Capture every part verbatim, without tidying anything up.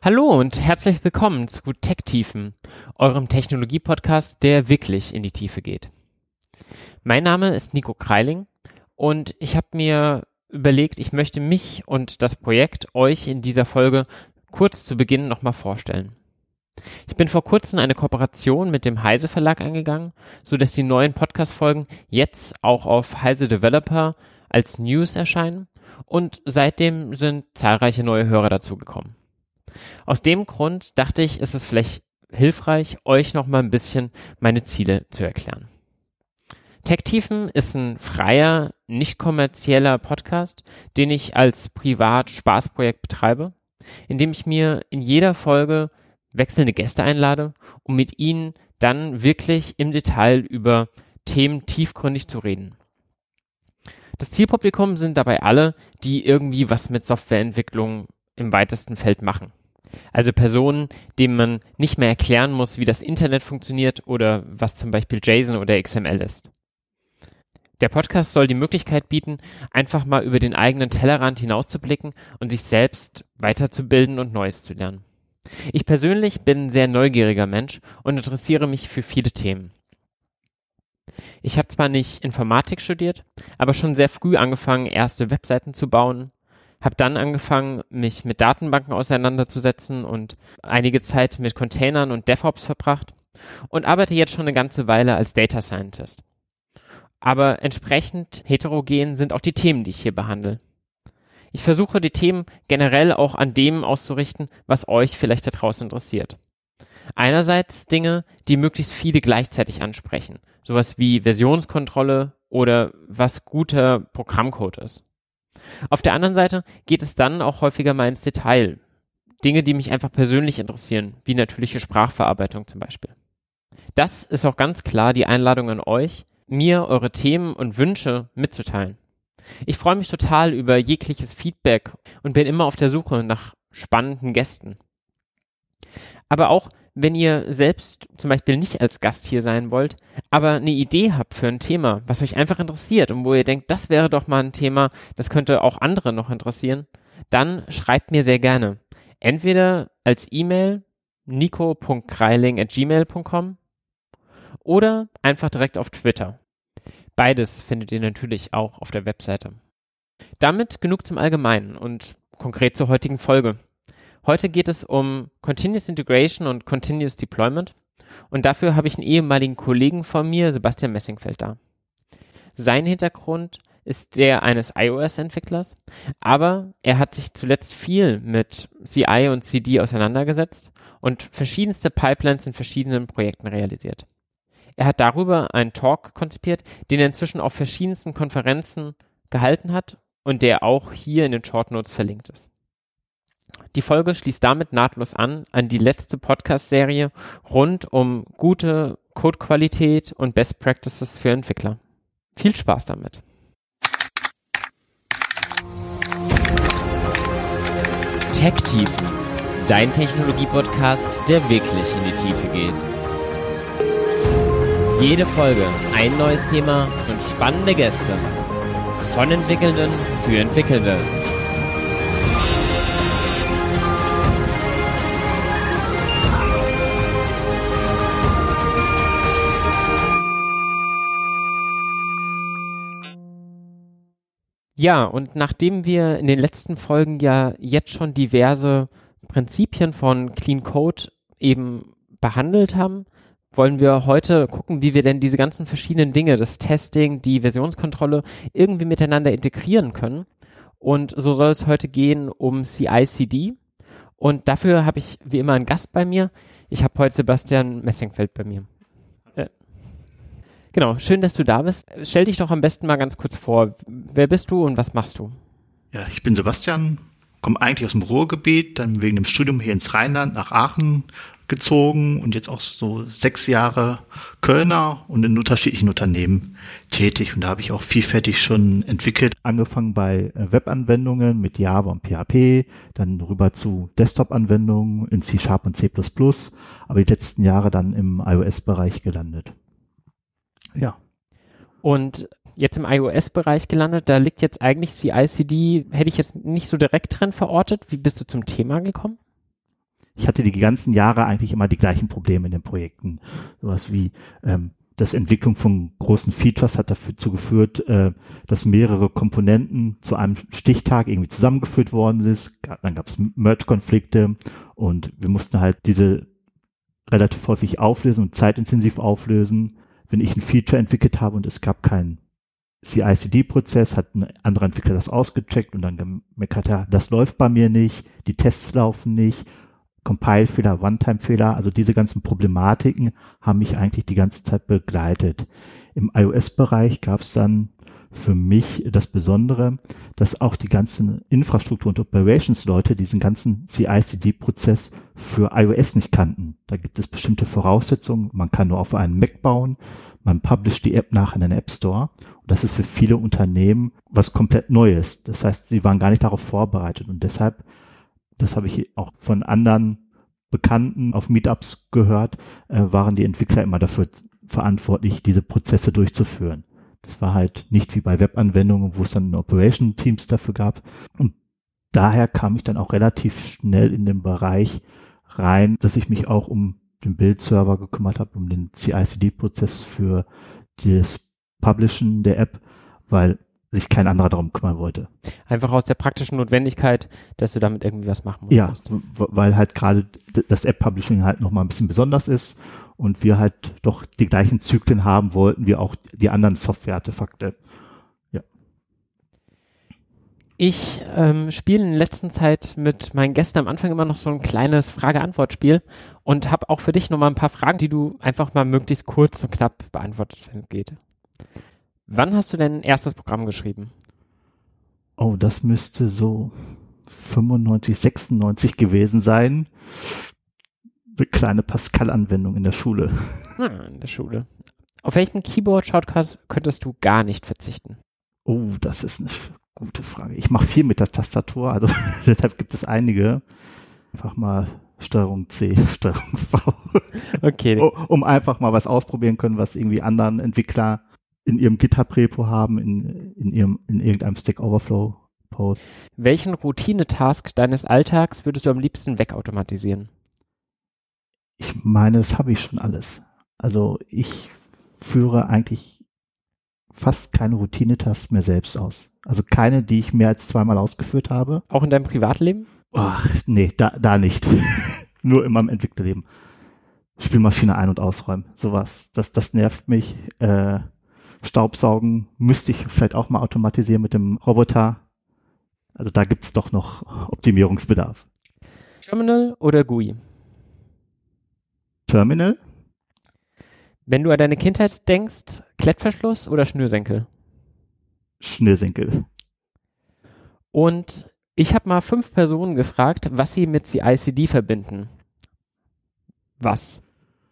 Hallo und herzlich willkommen zu Tech-Tiefen, eurem Technologie-Podcast, der wirklich in die Tiefe geht. Mein Name ist Nico Kreiling und ich habe mir überlegt, ich möchte mich und das Projekt euch in dieser Folge kurz zu Beginn nochmal vorstellen. Ich bin vor kurzem eine Kooperation mit dem Heise Verlag eingegangen, sodass die neuen Podcast-Folgen jetzt auch auf Heise Developer als News erscheinen und seitdem sind zahlreiche neue Hörer dazugekommen. Aus dem Grund dachte ich, ist es vielleicht hilfreich, euch noch mal ein bisschen meine Ziele zu erklären. Tech-Tiefen ist ein freier, nicht kommerzieller Podcast, den ich als Privat-Spaßprojekt betreibe, in dem ich mir in jeder Folge wechselnde Gäste einlade, um mit ihnen dann wirklich im Detail über Themen tiefgründig zu reden. Das Zielpublikum sind dabei alle, die irgendwie was mit Softwareentwicklung im weitesten Feld machen. Also Personen, denen man nicht mehr erklären muss, wie das Internet funktioniert oder was zum Beispiel JSON oder X M L ist. Der Podcast soll die Möglichkeit bieten, einfach mal über den eigenen Tellerrand hinauszublicken und sich selbst weiterzubilden und Neues zu lernen. Ich persönlich bin ein sehr neugieriger Mensch und interessiere mich für viele Themen. Ich habe zwar nicht Informatik studiert, aber schon sehr früh angefangen, erste Webseiten zu bauen, habe dann angefangen, mich mit Datenbanken auseinanderzusetzen und einige Zeit mit Containern und DevOps verbracht und arbeite jetzt schon eine ganze Weile als Data Scientist. Aber entsprechend heterogen sind auch die Themen, die ich hier behandle. Ich versuche die Themen generell auch an dem auszurichten, was euch vielleicht da draußen interessiert. Einerseits Dinge, die möglichst viele gleichzeitig ansprechen, sowas wie Versionskontrolle oder was guter Programmcode ist. Auf der anderen Seite geht es dann auch häufiger mal ins Detail. Dinge, die mich einfach persönlich interessieren, wie natürliche Sprachverarbeitung zum Beispiel. Das ist auch ganz klar die Einladung an euch, mir eure Themen und Wünsche mitzuteilen. Ich freue mich total über jegliches Feedback und bin immer auf der Suche nach spannenden Gästen. Aber auch wenn ihr selbst zum Beispiel nicht als Gast hier sein wollt, aber eine Idee habt für ein Thema, was euch einfach interessiert und wo ihr denkt, das wäre doch mal ein Thema, das könnte auch andere noch interessieren, dann schreibt mir sehr gerne. Entweder als E-Mail nico punkt kreiling at gmail punkt com oder einfach direkt auf Twitter. Beides findet ihr natürlich auch auf der Webseite. Damit genug zum Allgemeinen und konkret zur heutigen Folge. Heute geht es um Continuous Integration und Continuous Deployment und dafür habe ich einen ehemaligen Kollegen von mir, Sebastian Messingfeld, da. Sein Hintergrund ist der eines iOS-Entwicklers, aber er hat sich zuletzt viel mit C I und C D auseinandergesetzt und verschiedenste Pipelines in verschiedenen Projekten realisiert. Er hat darüber einen Talk konzipiert, den er inzwischen auf verschiedensten Konferenzen gehalten hat und der auch hier in den Shortnotes verlinkt ist. Die Folge schließt damit nahtlos an an die letzte Podcast-Serie rund um gute Codequalität und Best Practices für Entwickler. Viel Spaß damit! Tech-Tiefen, dein Technologie-Podcast, der wirklich in die Tiefe geht. Jede Folge ein neues Thema und spannende Gäste. Von Entwickelnden für Entwickelnde. Ja, und nachdem wir in den letzten Folgen ja jetzt schon diverse Prinzipien von Clean Code eben behandelt haben, wollen wir heute gucken, wie wir denn diese ganzen verschiedenen Dinge, das Testing, die Versionskontrolle irgendwie miteinander integrieren können. Und so soll es heute gehen um C I C D. Und dafür habe ich wie immer einen Gast bei mir. Ich habe heute Sebastian Messingfeld bei mir. Äh, genau, schön, dass du da bist. Stell dich doch am besten mal ganz kurz vor. Wer bist du und was machst du? Ja, ich bin Sebastian, komme eigentlich aus dem Ruhrgebiet, dann wegen dem Studium hier ins Rheinland nach Aachen gezogen und jetzt auch so sechs Jahre Kölner und in unterschiedlichen Unternehmen tätig. Und da habe ich auch vielfältig schon entwickelt. Angefangen bei Webanwendungen mit Java und P H P, dann rüber zu Desktop-Anwendungen in C Sharp und C plus plus, aber die letzten Jahre dann im iOS-Bereich gelandet. Ja. Und jetzt im iOS-Bereich gelandet, da liegt jetzt eigentlich C I C D, hätte ich jetzt nicht so direkt drin verortet. Wie bist du zum Thema gekommen? ich hatte die ganzen Jahre eigentlich immer die gleichen Probleme in den Projekten. Sowas wie ähm, das Entwicklung von großen Features hat dazu geführt, äh, dass mehrere Komponenten zu einem Stichtag irgendwie zusammengeführt worden ist. Dann gab es Merge-Konflikte und wir mussten halt diese relativ häufig auflösen und zeitintensiv auflösen. Wenn ich ein Feature entwickelt habe und es gab keinen C I C D-Prozess, hat ein anderer Entwickler das ausgecheckt und dann gemeckert, ja, das läuft bei mir nicht, die Tests laufen nicht, Compile-Fehler, One-Time-Fehler, also diese ganzen Problematiken haben mich eigentlich die ganze Zeit begleitet. Im iOS-Bereich gab es dann für mich das Besondere, dass auch die ganzen Infrastruktur- und Operations-Leute diesen ganzen C I C D-Prozess für iOS nicht kannten. Da gibt es bestimmte Voraussetzungen, man kann nur auf einen Mac bauen, man publisht die App nach in den App Store und das ist für viele Unternehmen was komplett Neues. Das heißt, sie waren gar nicht darauf vorbereitet und deshalb, das habe ich auch von anderen Bekannten auf Meetups gehört, äh, waren die Entwickler immer dafür verantwortlich, diese Prozesse durchzuführen. Das war halt nicht wie bei Webanwendungen, wo es dann Operation-Teams dafür gab. Und daher kam ich dann auch relativ schnell in den Bereich rein, dass ich mich auch um den Build-Server gekümmert habe, um den C I C D-Prozess für das Publishen der App, weil sich kein anderer darum kümmern wollte. Einfach aus der praktischen Notwendigkeit, dass du damit irgendwie was machen musstest. Ja, weil halt gerade das App-Publishing halt nochmal ein bisschen besonders ist und wir halt doch die gleichen Zyklen haben wollten, wie auch die anderen Software-Artefakte. Ja. Ich ähm, spiele in letzter Zeit mit meinen Gästen am Anfang immer noch so ein kleines Frage-Antwort-Spiel und habe auch für dich nochmal ein paar Fragen, die du einfach mal möglichst kurz und knapp beantwortet, wenn es geht. Wann hast du dein erstes Programm geschrieben? Oh, das müsste so fünfundneunzig, sechsundneunzig gewesen sein. Eine kleine Pascal-Anwendung in der Schule. Ah, in der Schule. Auf welchen Keyboard-Shortcut könntest du gar nicht verzichten? Oh, das ist eine gute Frage. Ich mache viel mit der Tastatur, also deshalb gibt es einige. Einfach mal Steuerung C, Steuerung V. Okay. Um einfach mal was ausprobieren können, was irgendwie anderen Entwickler in ihrem GitHub-Repo haben, in, in, ihrem, in irgendeinem Stack Overflow-Post. Welchen Routine-Task deines Alltags würdest du am liebsten wegautomatisieren? Ich meine, das habe ich schon alles. Also ich führe eigentlich fast keine Routine-Tasks mehr selbst aus. Also keine, die ich mehr als zweimal ausgeführt habe. Auch in deinem Privatleben? Ach, nee, da, da nicht. Nur in meinem Entwicklerleben. Spülmaschine ein- und ausräumen, sowas. Das, das nervt mich. Äh, Staubsaugen müsste ich vielleicht auch mal automatisieren mit dem Roboter. Also da gibt es doch noch Optimierungsbedarf. Terminal oder G U I? Terminal. Wenn du an deine Kindheit denkst, Klettverschluss oder Schnürsenkel? Schnürsenkel. Und ich habe mal fünf Personen gefragt, was sie mit C I C D verbinden. Was?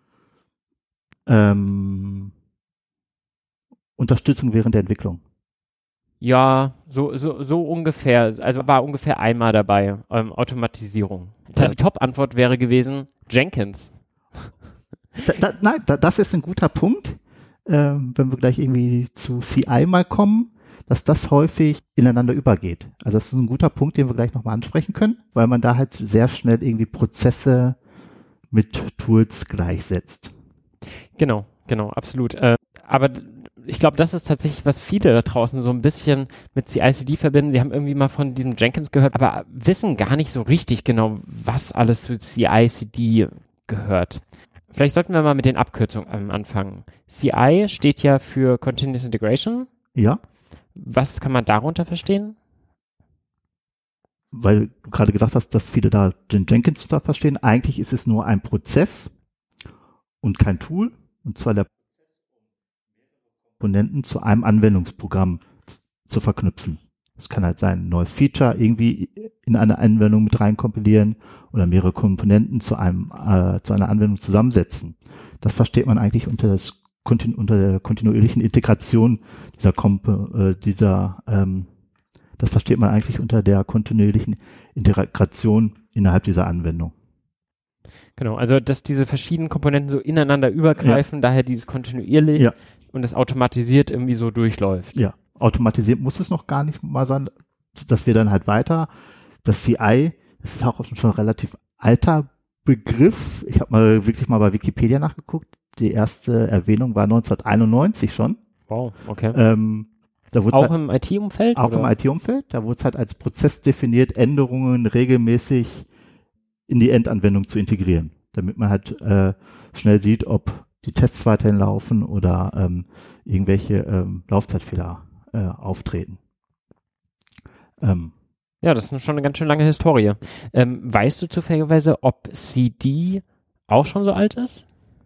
Ähm, Unterstützung während der Entwicklung. Ja, so, so, so ungefähr. Also war ungefähr einmal dabei. Ähm, Automatisierung. Die Top-Antwort wäre gewesen Jenkins. Da, da, nein, da, das ist ein guter Punkt, ähm, wenn wir gleich irgendwie zu C I mal kommen, dass das häufig ineinander übergeht. Also das ist ein guter Punkt, den wir gleich nochmal ansprechen können, weil man da halt sehr schnell irgendwie Prozesse mit Tools gleichsetzt. Genau, genau, absolut. Äh, aber ich glaube, das ist tatsächlich, was viele da draußen so ein bisschen mit C I C D verbinden. Sie haben irgendwie mal von diesem Jenkins gehört, aber wissen gar nicht so richtig genau, was alles zu C I C D gehört. Vielleicht sollten wir mal mit den Abkürzungen anfangen. C I steht ja für Continuous Integration. Ja. Was kann man darunter verstehen? Weil du gerade gesagt hast, dass viele da den Jenkins da verstehen. Eigentlich ist es nur ein Prozess und kein Tool. Und zwar der Komponenten zu einem Anwendungsprogramm z- zu verknüpfen. Es kann halt sein, ein neues Feature irgendwie in eine Anwendung mit reinkompilieren oder mehrere Komponenten zu einem äh, zu einer Anwendung zusammensetzen. Das versteht man eigentlich unter das unter der kontinuierlichen Integration dieser Komp äh, dieser ähm, das versteht man eigentlich unter der kontinuierlichen Integration innerhalb dieser Anwendung. Genau, also dass diese verschiedenen Komponenten so ineinander übergreifen, ja. Daher dieses kontinuierlich ja. Und das automatisiert irgendwie so durchläuft. Ja, automatisiert muss es noch gar nicht mal sein, dass wir dann halt weiter, das C I, das ist auch schon ein relativ alter Begriff, ich habe mal wirklich mal bei Wikipedia nachgeguckt, die erste Erwähnung war neunzehnhunderteinundneunzig schon. Wow, okay. Ähm, da wurde auch halt, im I T-Umfeld? Auch oder? im I T-Umfeld. Da wurde es halt als Prozess definiert, Änderungen regelmäßig in die Endanwendung zu integrieren, damit man halt äh, schnell sieht, ob die Tests weiterhin laufen oder ähm, irgendwelche ähm, Laufzeitfehler äh, auftreten. Ähm, ja, das ist schon eine ganz schön lange Historie. Ähm, weißt du zufälligerweise, ob C D auch schon so alt ist?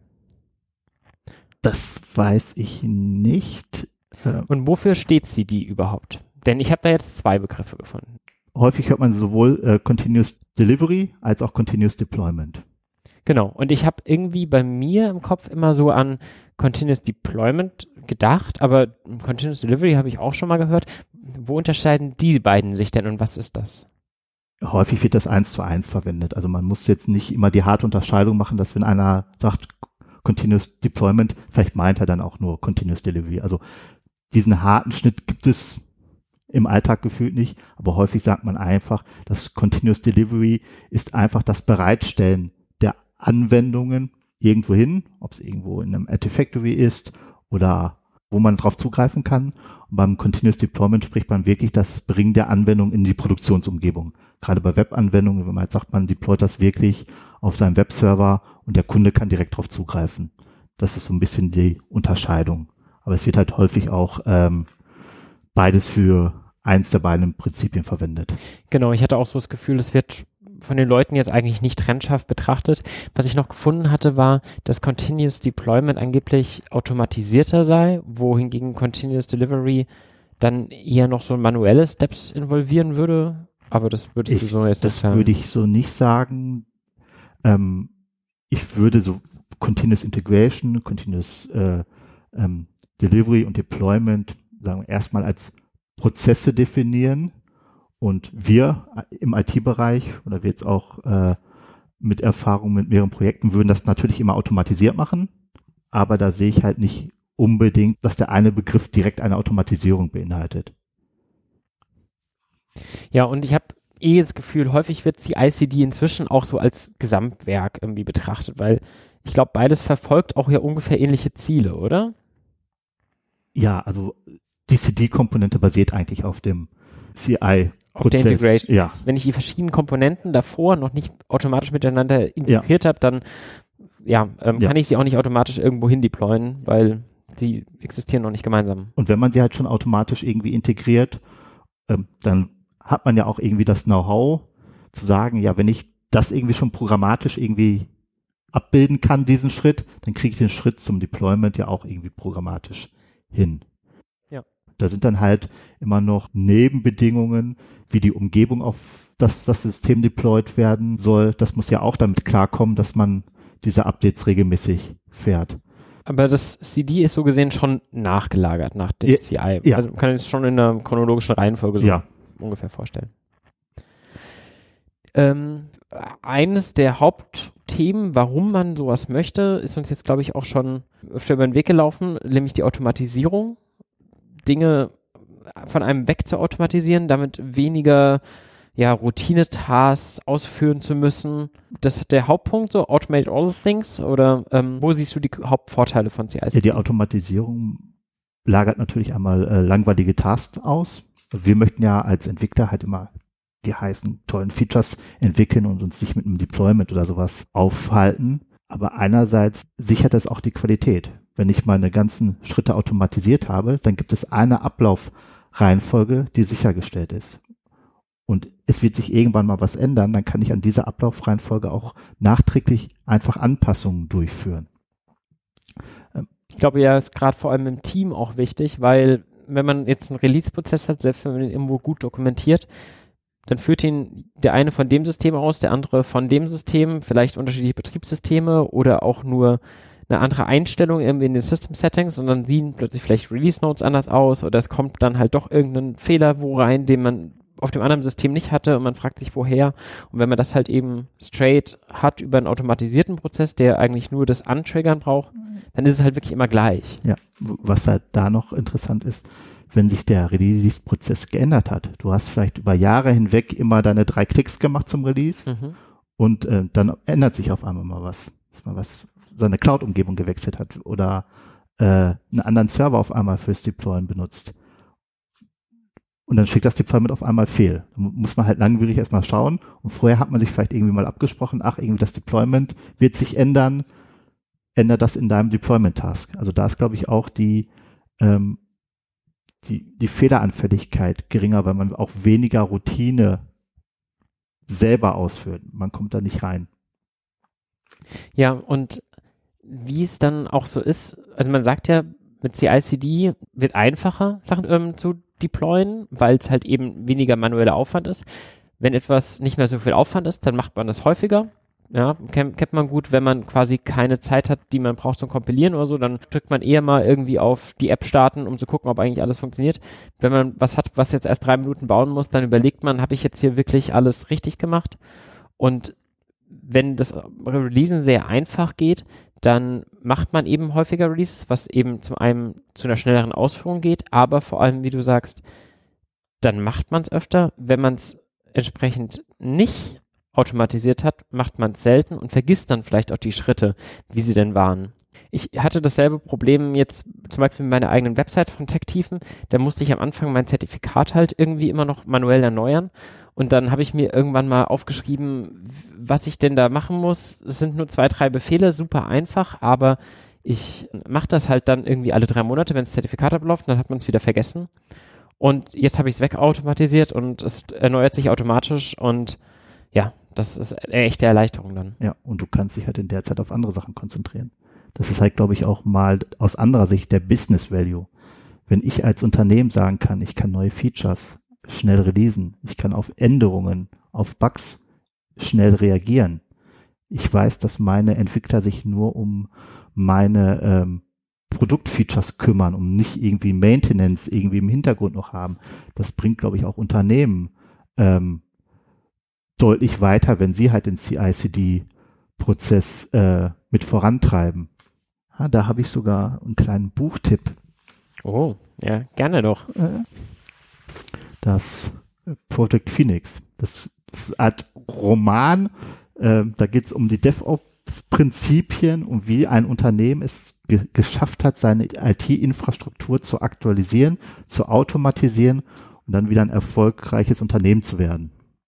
Das weiß ich nicht. Ähm, Und wofür steht C D überhaupt? Denn ich habe da jetzt zwei Begriffe gefunden. Häufig hört man sowohl äh, Continuous Delivery als auch Continuous Deployment. Genau. Und ich habe irgendwie bei mir im Kopf immer so an Continuous Deployment gedacht, aber Continuous Delivery habe ich auch schon mal gehört. Wo unterscheiden die beiden sich denn und was ist das? Häufig wird das eins zu eins verwendet. Also man muss jetzt nicht immer die harte Unterscheidung machen, dass wenn einer sagt Continuous Deployment, vielleicht meint er dann auch nur Continuous Delivery. Also diesen harten Schnitt gibt es im Alltag gefühlt nicht, aber häufig sagt man einfach, dass Continuous Delivery ist einfach das Bereitstellen der Anwendungen irgendwohin, ob es irgendwo in einem Artifactory ist oder wo man drauf zugreifen kann. Und beim Continuous Deployment spricht man wirklich das Bringen der Anwendung in die Produktionsumgebung. Gerade bei Webanwendungen, wenn man jetzt sagt, man deployt das wirklich auf seinem Webserver und der Kunde kann direkt drauf zugreifen. Das ist so ein bisschen die Unterscheidung. Aber es wird halt häufig auch ähm, beides für eins der beiden Prinzipien verwendet. Genau, ich hatte auch so das Gefühl, es wird von den Leuten jetzt eigentlich nicht trennscharf betrachtet. Was ich noch gefunden hatte, war, dass Continuous Deployment angeblich automatisierter sei, wohingegen Continuous Delivery dann eher noch so manuelle Steps involvieren würde. Aber das würdest ich, du so jetzt Das nicht würde ich so nicht sagen. Ähm, ich würde so Continuous Integration, Continuous äh, ähm, Delivery und Deployment sagen wir erstmal als Prozesse definieren. Und wir im I T-Bereich oder wir jetzt auch äh, mit Erfahrung mit mehreren Projekten würden das natürlich immer automatisiert machen, aber da sehe ich halt nicht unbedingt, dass der eine Begriff direkt eine Automatisierung beinhaltet. Ja, und ich habe eh das Gefühl, häufig wird C I C D inzwischen auch so als Gesamtwerk irgendwie betrachtet, weil ich glaube, beides verfolgt auch ja ungefähr ähnliche Ziele, oder? Ja, also die C D-Komponente basiert eigentlich auf dem C I Auf der Integration. Ja. Wenn ich die verschiedenen Komponenten davor noch nicht automatisch miteinander integriert ja. habe, dann ja, ähm, ja. kann ich sie auch nicht automatisch irgendwo hin deployen, weil sie existieren noch nicht gemeinsam. Und wenn man sie halt schon automatisch irgendwie integriert, ähm, dann hat man ja auch irgendwie das Know-how zu sagen, ja, wenn ich das irgendwie schon programmatisch irgendwie abbilden kann, diesen Schritt, dann kriege ich den Schritt zum Deployment ja auch irgendwie programmatisch hin. Da sind dann halt immer noch Nebenbedingungen, wie die Umgebung, auf das das System deployed werden soll. Das muss ja auch damit klarkommen, dass man diese Updates regelmäßig fährt. Aber das C D ist so gesehen schon nachgelagert nach dem ja, C I. Ja. Also man kann es schon in einer chronologischen Reihenfolge so ja. ungefähr vorstellen. Ähm, eines der Hauptthemen, warum man sowas möchte, ist uns jetzt, glaube ich, auch schon öfter über den Weg gelaufen, nämlich die Automatisierung. Dinge von einem weg zu automatisieren, damit weniger ja, Routine-Tasks ausführen zu müssen. Das ist der Hauptpunkt, so automate all the things, oder ähm, wo siehst du die Hauptvorteile von C I C D? Ja, die Automatisierung lagert natürlich einmal äh, langweilige Tasks aus. Wir möchten ja als Entwickler halt immer die heißen, tollen Features entwickeln und uns nicht mit einem Deployment oder sowas aufhalten. Aber einerseits sichert das auch die Qualität. Wenn ich meine ganzen Schritte automatisiert habe, dann gibt es eine Ablaufreihenfolge, die sichergestellt ist. Und es wird sich irgendwann mal was ändern, dann kann ich an dieser Ablaufreihenfolge auch nachträglich einfach Anpassungen durchführen. Ich glaube ja, ist gerade vor allem im Team auch wichtig, weil wenn man jetzt einen Release-Prozess hat, selbst wenn man den irgendwo gut dokumentiert, dann führt ihn der eine von dem System aus, der andere von dem System, vielleicht unterschiedliche Betriebssysteme oder auch nur eine andere Einstellung irgendwie in den System-Settings und dann sehen plötzlich vielleicht Release-Notes anders aus oder es kommt dann halt doch irgendein Fehler wo rein, den man auf dem anderen System nicht hatte und man fragt sich woher. Und wenn man das halt eben straight hat über einen automatisierten Prozess, der eigentlich nur das Antriggern braucht, dann ist es halt wirklich immer gleich. Ja, was halt da noch interessant ist, wenn sich der Release-Prozess geändert hat. Du hast vielleicht über Jahre hinweg immer deine drei Klicks gemacht zum Release Mhm. und äh, dann ändert sich auf einmal mal was, dass man was, seine Cloud-Umgebung gewechselt hat oder äh, einen anderen Server auf einmal fürs Deployen benutzt. Und dann schickt das Deployment auf einmal fehl. Da muss man halt langwierig erstmal schauen. Und vorher hat man sich vielleicht irgendwie mal abgesprochen, ach, irgendwie das Deployment wird sich ändern, ändert das in deinem Deployment-Task. Also da ist, glaube ich, auch die, ähm, die, die Fehleranfälligkeit geringer, weil man auch weniger Routine selber ausführt. Man kommt da nicht rein. Ja, und wie es dann auch so ist, also man sagt ja, mit C I C D wird einfacher, Sachen ähm, zu deployen, weil es halt eben weniger manueller Aufwand ist. Wenn etwas nicht mehr so viel Aufwand ist, dann macht man das häufiger. Ja, kennt, kennt man gut, wenn man quasi keine Zeit hat, die man braucht zum Kompilieren oder so, dann drückt man eher mal irgendwie auf die App starten, um zu gucken, ob eigentlich alles funktioniert. Wenn man was hat, was jetzt erst drei Minuten bauen muss, dann überlegt man, habe ich jetzt hier wirklich alles richtig gemacht? Und wenn das Releasen sehr einfach geht, dann macht man eben häufiger Releases, was eben zum einen zu einer schnelleren Ausführung geht, aber vor allem, wie du sagst, dann macht man es öfter. Wenn man es entsprechend nicht automatisiert hat, macht man es selten und vergisst dann vielleicht auch die Schritte, wie sie denn waren. Ich hatte dasselbe Problem jetzt zum Beispiel mit meiner eigenen Website von Techtiefen. Da musste ich am Anfang mein Zertifikat halt irgendwie immer noch manuell erneuern. Und dann habe ich mir irgendwann mal aufgeschrieben, was ich denn da machen muss. Es sind nur zwei, drei Befehle, super einfach, aber ich mache das halt dann irgendwie alle drei Monate, wenn das Zertifikat abläuft, dann hat man es wieder vergessen. Und jetzt habe ich es wegautomatisiert und es erneuert sich automatisch und ja, das ist eine echte Erleichterung dann. Ja, und du kannst dich halt in der Zeit auf andere Sachen konzentrieren. Das ist halt, glaube ich, auch mal aus anderer Sicht der Business Value. Wenn ich als Unternehmen sagen kann, ich kann neue Features schnell releasen, ich kann auf Änderungen, auf Bugs schnell reagieren. Ich weiß, dass meine Entwickler sich nur um meine ähm, Produktfeatures kümmern, um nicht irgendwie Maintenance irgendwie im Hintergrund noch haben. Das bringt, glaube ich, auch Unternehmen ähm, deutlich weiter, wenn sie halt den C I C D-Prozess äh, mit vorantreiben. Ja, da habe ich sogar einen kleinen Buchtipp. Oh, ja, gerne doch. Das Project Phoenix. Das, das ist eine Art Roman. Äh, da geht es um die DevOps-Prinzipien und wie ein Unternehmen es ge- geschafft hat, seine I T-Infrastruktur zu aktualisieren, zu automatisieren und dann wieder ein erfolgreiches Unternehmen zu werden.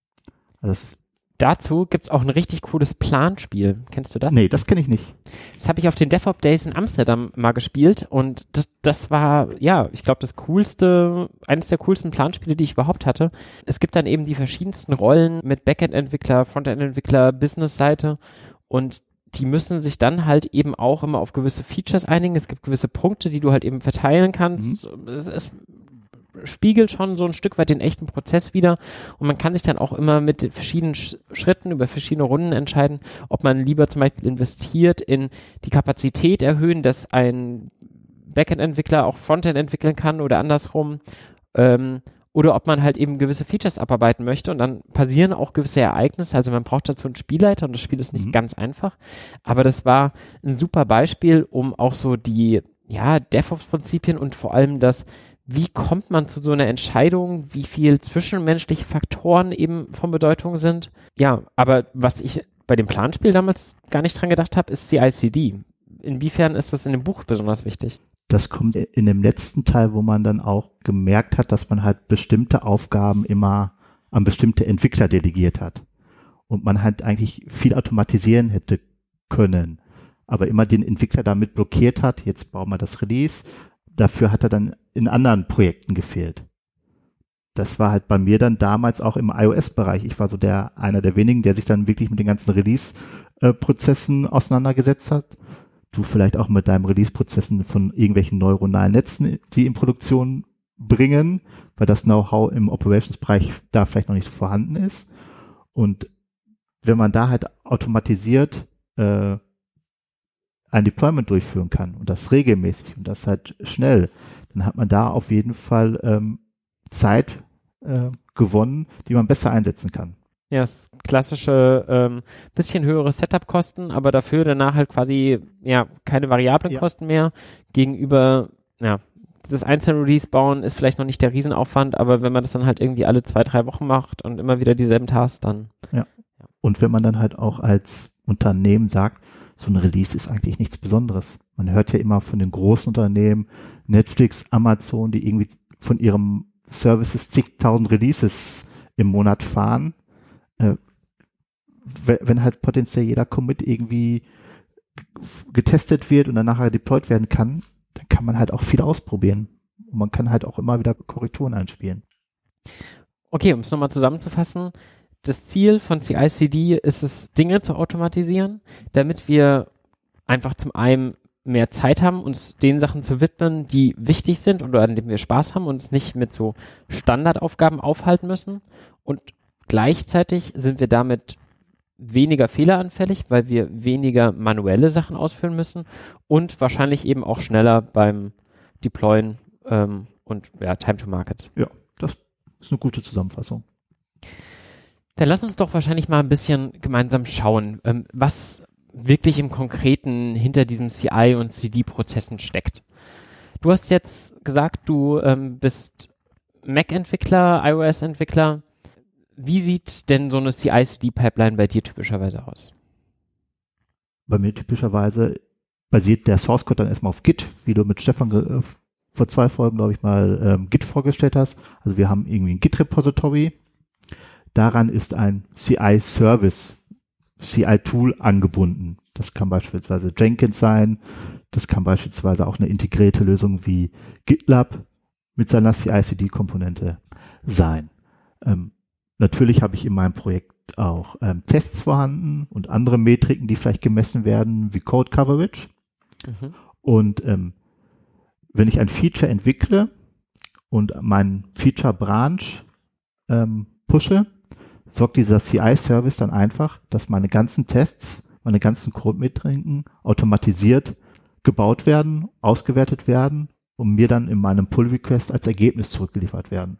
Das Dazu gibt es auch ein richtig cooles Planspiel. Kennst du das? Nee, das kenne ich nicht. Das habe ich auf den DevOps Days in Amsterdam mal gespielt und das, das war, ja, ich glaube, das coolste, eines der coolsten Planspiele, die ich überhaupt hatte. Es gibt dann eben die verschiedensten Rollen mit Backend-Entwickler, Frontend-Entwickler, Business-Seite und die müssen sich dann halt eben auch immer auf gewisse Features einigen. Es gibt gewisse Punkte, die du halt eben verteilen kannst. Mhm. Es ist spiegelt schon so ein Stück weit den echten Prozess wider und man kann sich dann auch immer mit verschiedenen Sch- Schritten über verschiedene Runden entscheiden, ob man lieber zum Beispiel investiert in die Kapazität erhöhen, dass ein Backend-Entwickler auch Frontend entwickeln kann oder andersrum ähm, oder ob man halt eben gewisse Features abarbeiten möchte und dann passieren auch gewisse Ereignisse, also man braucht dazu einen Spielleiter und das Spiel ist nicht mhm. ganz einfach, aber das war ein super Beispiel, um auch so die ja, DevOps-Prinzipien und vor allem das wie kommt man zu so einer Entscheidung, wie viel zwischenmenschliche Faktoren eben von Bedeutung sind? Ja, aber was ich bei dem Planspiel damals gar nicht dran gedacht habe, ist C I C D. Inwiefern ist das in dem Buch besonders wichtig? Das kommt in dem letzten Teil, wo man dann auch gemerkt hat, dass man halt bestimmte Aufgaben immer an bestimmte Entwickler delegiert hat. Und man halt eigentlich viel automatisieren hätte können, aber immer den Entwickler damit blockiert hat, jetzt bauen wir das Release. Dafür hat er dann in anderen Projekten gefehlt. Das war halt bei mir dann damals auch im iOS-Bereich. Ich war so der einer der wenigen, der sich dann wirklich mit den ganzen Release-Prozessen auseinandergesetzt hat. Du vielleicht auch mit deinen Release-Prozessen von irgendwelchen neuronalen Netzen, die in Produktion bringen, weil das Know-how im Operations-Bereich da vielleicht noch nicht so vorhanden ist. Und wenn man da halt automatisiert äh, ein Deployment durchführen kann und das regelmäßig und das halt schnell, dann hat man da auf jeden Fall ähm, Zeit äh, gewonnen, die man besser einsetzen kann. Ja, das klassische ähm, bisschen höhere Setup-Kosten, aber dafür danach halt quasi ja keine variablen ja. Kosten mehr gegenüber, ja, das einzelne Release bauen ist vielleicht noch nicht der Riesenaufwand, aber wenn man das dann halt irgendwie alle zwei, drei Wochen macht und immer wieder dieselben Tasks, dann ja. Und wenn man dann halt auch als Unternehmen sagt, so ein Release ist eigentlich nichts Besonderes. Man hört ja immer von den großen Unternehmen, Netflix, Amazon, die irgendwie von ihrem Services zigtausend Releases im Monat fahren. Äh, wenn halt potenziell jeder Commit irgendwie getestet wird und dann nachher deployed werden kann, dann kann man halt auch viel ausprobieren. Und man kann halt auch immer wieder Korrekturen einspielen. Okay, um es nochmal zusammenzufassen, das Ziel von C I C D ist es, Dinge zu automatisieren, damit wir einfach zum einen mehr Zeit haben, uns den Sachen zu widmen, die wichtig sind oder an denen wir Spaß haben und uns nicht mit so Standardaufgaben aufhalten müssen. Und gleichzeitig sind wir damit weniger fehleranfällig, weil wir weniger manuelle Sachen ausführen müssen und wahrscheinlich eben auch schneller beim Deployen ähm, und ja, Time to Market. Ja, das ist eine gute Zusammenfassung. Dann lass uns doch wahrscheinlich mal ein bisschen gemeinsam schauen, ähm, was wirklich im Konkreten hinter diesem C I und C D-Prozessen steckt. Du hast jetzt gesagt, du ähm, bist Mac-Entwickler, iOS-Entwickler. Wie sieht denn so eine C I C D-Pipeline bei dir typischerweise aus? Bei mir typischerweise basiert der Source-Code dann erstmal auf Git, wie du mit Stefan äh, vor zwei Folgen, glaube ich, mal ähm, Git vorgestellt hast. Also wir haben irgendwie ein Git-Repository. Daran ist ein C I-Service, C I-Tool angebunden. Das kann beispielsweise Jenkins sein. Das kann beispielsweise auch eine integrierte Lösung wie GitLab mit seiner C I C D-Komponente sein. Ähm, natürlich habe ich in meinem Projekt auch ähm, Tests vorhanden und andere Metriken, die vielleicht gemessen werden, wie Code Coverage. Mhm. Und ähm, wenn ich ein Feature entwickle und meinen Feature Branch ähm, pushe, sorgt dieser C I-Service dann einfach, dass meine ganzen Tests, meine ganzen Code-Metriken automatisiert gebaut werden, ausgewertet werden und mir dann in meinem Pull-Request als Ergebnis zurückgeliefert werden.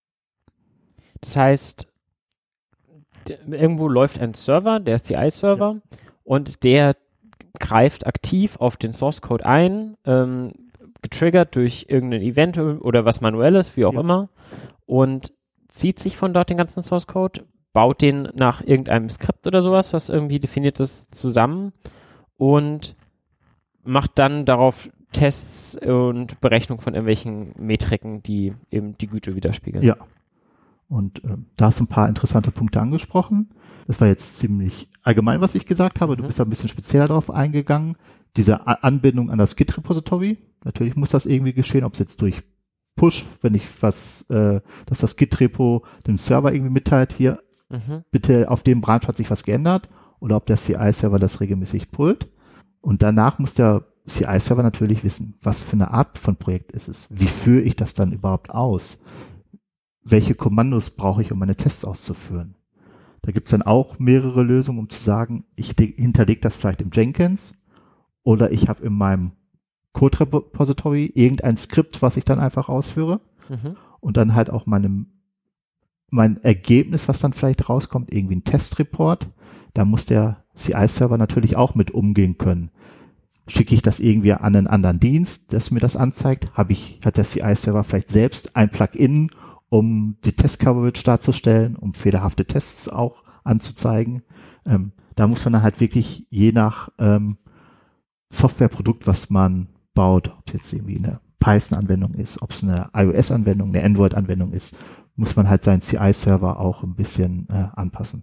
Das heißt, irgendwo läuft ein Server, der C I-Server, ja. Und der greift aktiv auf den Source-Code ein, ähm, getriggert durch irgendein Event oder was Manuelles, wie auch ja. immer, und zieht sich von dort den ganzen Source-Code, baut den nach irgendeinem Skript oder sowas, was irgendwie definiert ist, zusammen und macht dann darauf Tests und Berechnung von irgendwelchen Metriken, die eben die Güte widerspiegeln. Ja. Und äh, da hast du ein paar interessante Punkte angesprochen. Das war jetzt ziemlich allgemein, was ich gesagt habe. Mhm. Du bist da ein bisschen spezieller drauf eingegangen. Diese A- Anbindung an das Git-Repository. Natürlich muss das irgendwie geschehen, ob es jetzt durch Push, wenn ich was, äh, dass das Git-Repo dem Server irgendwie mitteilt, hier, mhm. bitte auf dem Branch hat sich was geändert, oder ob der C I-Server das regelmäßig pullt. Und danach muss der C I-Server natürlich wissen, was für eine Art von Projekt ist es. Wie führe ich das dann überhaupt aus? Welche Kommandos brauche ich, um meine Tests auszuführen? Da gibt es dann auch mehrere Lösungen, um zu sagen, ich de- hinterlege das vielleicht im Jenkins oder ich habe in meinem Code-Repository irgendein Skript, was ich dann einfach ausführe mhm. und dann halt auch meinem, mein Ergebnis, was dann vielleicht rauskommt, irgendwie ein Testreport. Da muss der C I-Server natürlich auch mit umgehen können. Schicke ich das irgendwie an einen anderen Dienst, das mir das anzeigt? Habe ich, hat der C I-Server vielleicht selbst ein Plugin, um die Test-Coverage darzustellen, um fehlerhafte Tests auch anzuzeigen? Ähm, da muss man dann halt wirklich je nach ähm, Softwareprodukt, was man baut, ob es jetzt irgendwie eine Python-Anwendung ist, ob es eine iOS-Anwendung, eine Android-Anwendung ist, muss man halt seinen C I-Server auch ein bisschen äh, anpassen.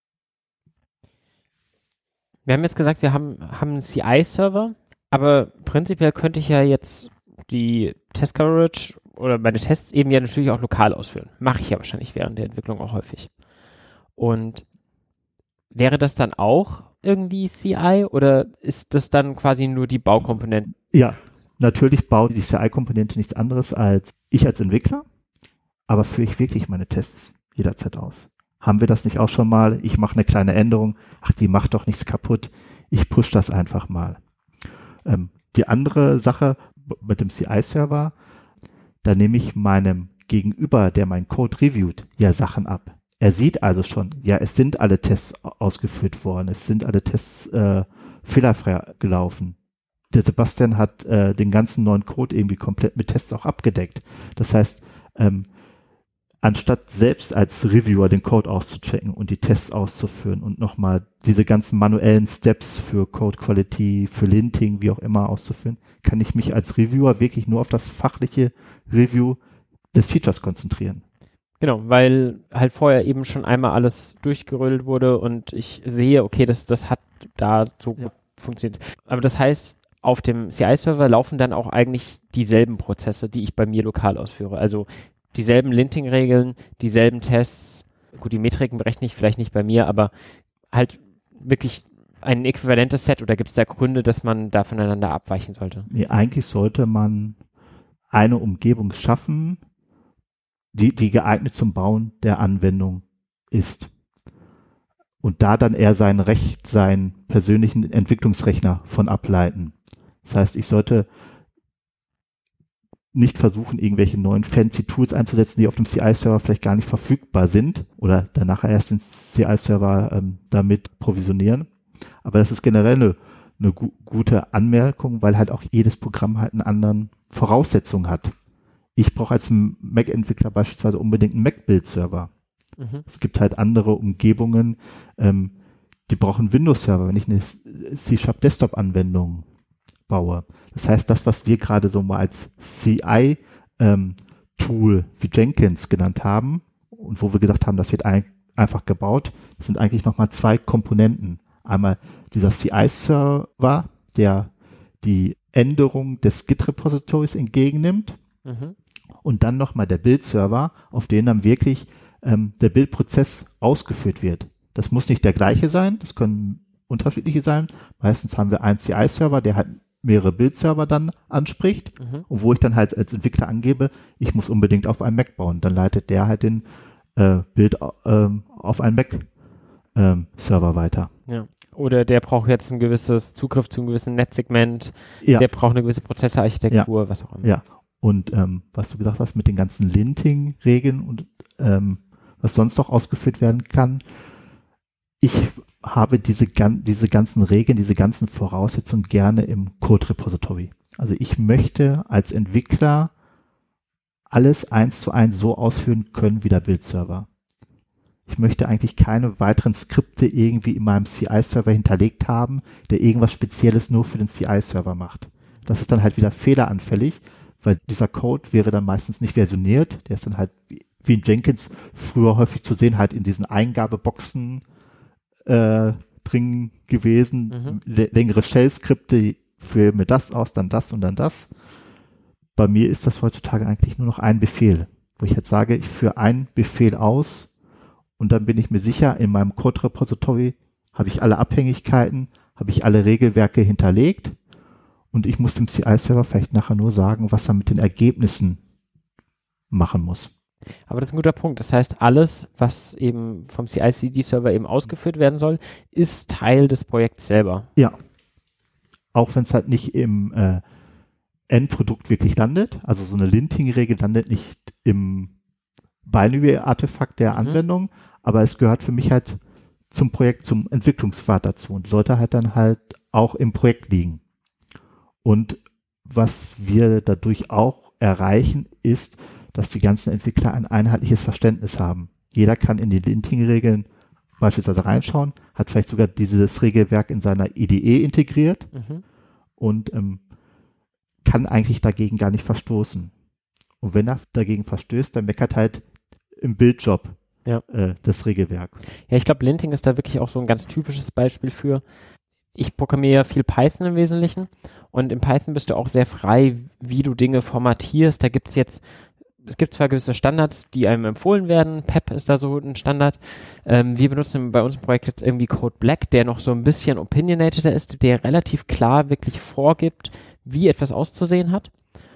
Wir haben jetzt gesagt, wir haben, haben einen C I-Server, aber prinzipiell könnte ich ja jetzt die Test-Coverage oder meine Tests eben ja natürlich auch lokal ausführen. Mache ich ja wahrscheinlich während der Entwicklung auch häufig. Und wäre das dann auch irgendwie C I oder ist das dann quasi nur die Baukomponente? Ja, natürlich baut die C I-Komponente nichts anderes als ich als Entwickler, aber führe ich wirklich meine Tests jederzeit aus. Haben wir das nicht auch schon mal? Ich mache eine kleine Änderung. Ach, die macht doch nichts kaputt. Ich push das einfach mal. Ähm, die andere Sache mit dem C I-Server, da nehme ich meinem Gegenüber, der meinen Code reviewt, ja Sachen ab. Er sieht also schon, ja, es sind alle Tests ausgeführt worden. Es sind alle Tests äh, fehlerfrei gelaufen. Der Sebastian hat äh, den ganzen neuen Code irgendwie komplett mit Tests auch abgedeckt. Das heißt, ähm, anstatt selbst als Reviewer den Code auszuchecken und die Tests auszuführen und nochmal diese ganzen manuellen Steps für Code Quality, für Linting, wie auch immer auszuführen, kann ich mich als Reviewer wirklich nur auf das fachliche Review des Features konzentrieren. Genau, weil halt vorher eben schon einmal alles durchgerödelt wurde und ich sehe, okay, das, das hat da so Ja. gut funktioniert. Aber das heißt, auf dem C I-Server laufen dann auch eigentlich dieselben Prozesse, die ich bei mir lokal ausführe. Also dieselben Linting-Regeln, dieselben Tests. Gut, die Metriken berechne ich vielleicht nicht bei mir, aber halt wirklich ein äquivalentes Set, oder gibt es da Gründe, dass man da voneinander abweichen sollte? Nee, eigentlich sollte man eine Umgebung schaffen, die, die geeignet zum Bauen der Anwendung ist. Und da dann eher sein Recht, seinen persönlichen Entwicklungsrechner von ableiten. Das heißt, ich sollte nicht versuchen, irgendwelche neuen fancy Tools einzusetzen, die auf dem C I-Server vielleicht gar nicht verfügbar sind oder danach erst den C I-Server ähm, damit provisionieren. Aber das ist generell eine, eine gu- gute Anmerkung, weil halt auch jedes Programm halt einen anderen Voraussetzungen hat. Ich brauche als Mac-Entwickler beispielsweise unbedingt einen Mac-Build-Server. Mhm. Es gibt halt andere Umgebungen, ähm, die brauchen Windows-Server, wenn ich eine C-Sharp-Desktop-Anwendung baue. Das heißt, das, was wir gerade so mal als C I-Tool ähm, wie Jenkins genannt haben und wo wir gesagt haben, das wird ein, einfach gebaut, das sind eigentlich nochmal zwei Komponenten. Einmal dieser C I-Server, der die Änderung des Git-Repositories entgegennimmt, Mhm. und dann nochmal der Build-Server, auf den dann wirklich ähm, der Build-Prozess ausgeführt wird. Das muss nicht der gleiche sein, das können unterschiedliche sein. Meistens haben wir einen C I-Server, der halt mehrere Build-Server dann anspricht, Mhm. und wo ich dann halt als Entwickler angebe, ich muss unbedingt auf einem Mac bauen. Dann leitet der halt den äh, Build ähm, auf einen Mac-Server ähm, weiter. Ja. Oder der braucht jetzt ein gewisses Zugriff zu einem gewissen Netzsegment, Ja. der braucht eine gewisse Prozessorarchitektur, was auch immer. Ja. Und ähm, was du gesagt hast mit den ganzen Linting-Regeln und ähm, was sonst noch ausgeführt werden kann, ich habe diese, gan- diese ganzen Regeln, diese ganzen Voraussetzungen gerne im Code-Repository. Also ich möchte als Entwickler alles eins zu eins so ausführen können wie der Build-Server. Ich möchte eigentlich keine weiteren Skripte irgendwie in meinem C I-Server hinterlegt haben, der irgendwas Spezielles nur für den C I-Server macht. Das ist dann halt wieder fehleranfällig, weil dieser Code wäre dann meistens nicht versioniert. Der ist dann halt wie, wie in Jenkins früher häufig zu sehen, halt in diesen Eingabeboxen äh, drin gewesen. Mhm. L- längere Shell-Skripte, führe mir das aus, dann das und dann das. Bei mir ist das heutzutage eigentlich nur noch ein Befehl, wo ich jetzt sage, ich führe einen Befehl aus und dann bin ich mir sicher, in meinem Code-Repository habe ich alle Abhängigkeiten, habe ich alle Regelwerke hinterlegt. Und ich muss dem C I-Server vielleicht nachher nur sagen, was er mit den Ergebnissen machen muss. Aber das ist ein guter Punkt. Das heißt, alles, was eben vom C I C D-Server eben ausgeführt werden soll, ist Teil des Projekts selber. Ja. Auch wenn es halt nicht im äh, Endprodukt wirklich landet. Also so eine Linting-Regel landet nicht im Binary-Artefakt der Mhm. Anwendung, aber es gehört für mich halt zum Projekt, zum Entwicklungspfad dazu und sollte halt dann halt auch im Projekt liegen. Und was wir dadurch auch erreichen, ist, dass die ganzen Entwickler ein einheitliches Verständnis haben. Jeder kann in die Linting-Regeln beispielsweise reinschauen, hat vielleicht sogar dieses Regelwerk in seiner I D E integriert Mhm. und ähm, kann eigentlich dagegen gar nicht verstoßen. Und wenn er dagegen verstößt, dann meckert halt im Bildjob Ja. äh, das Regelwerk. Ja, ich glaube, Linting ist da wirklich auch so ein ganz typisches Beispiel für. Ich programmiere ja viel Python im Wesentlichen und in Python bist du auch sehr frei, wie du Dinge formatierst. Da gibt es jetzt, es gibt zwar gewisse Standards, die einem empfohlen werden. P E P ist da so ein Standard. Ähm, wir benutzen bei uns im Projekt jetzt irgendwie Code Black, der noch so ein bisschen opinionated ist, der relativ klar wirklich vorgibt, wie etwas auszusehen hat.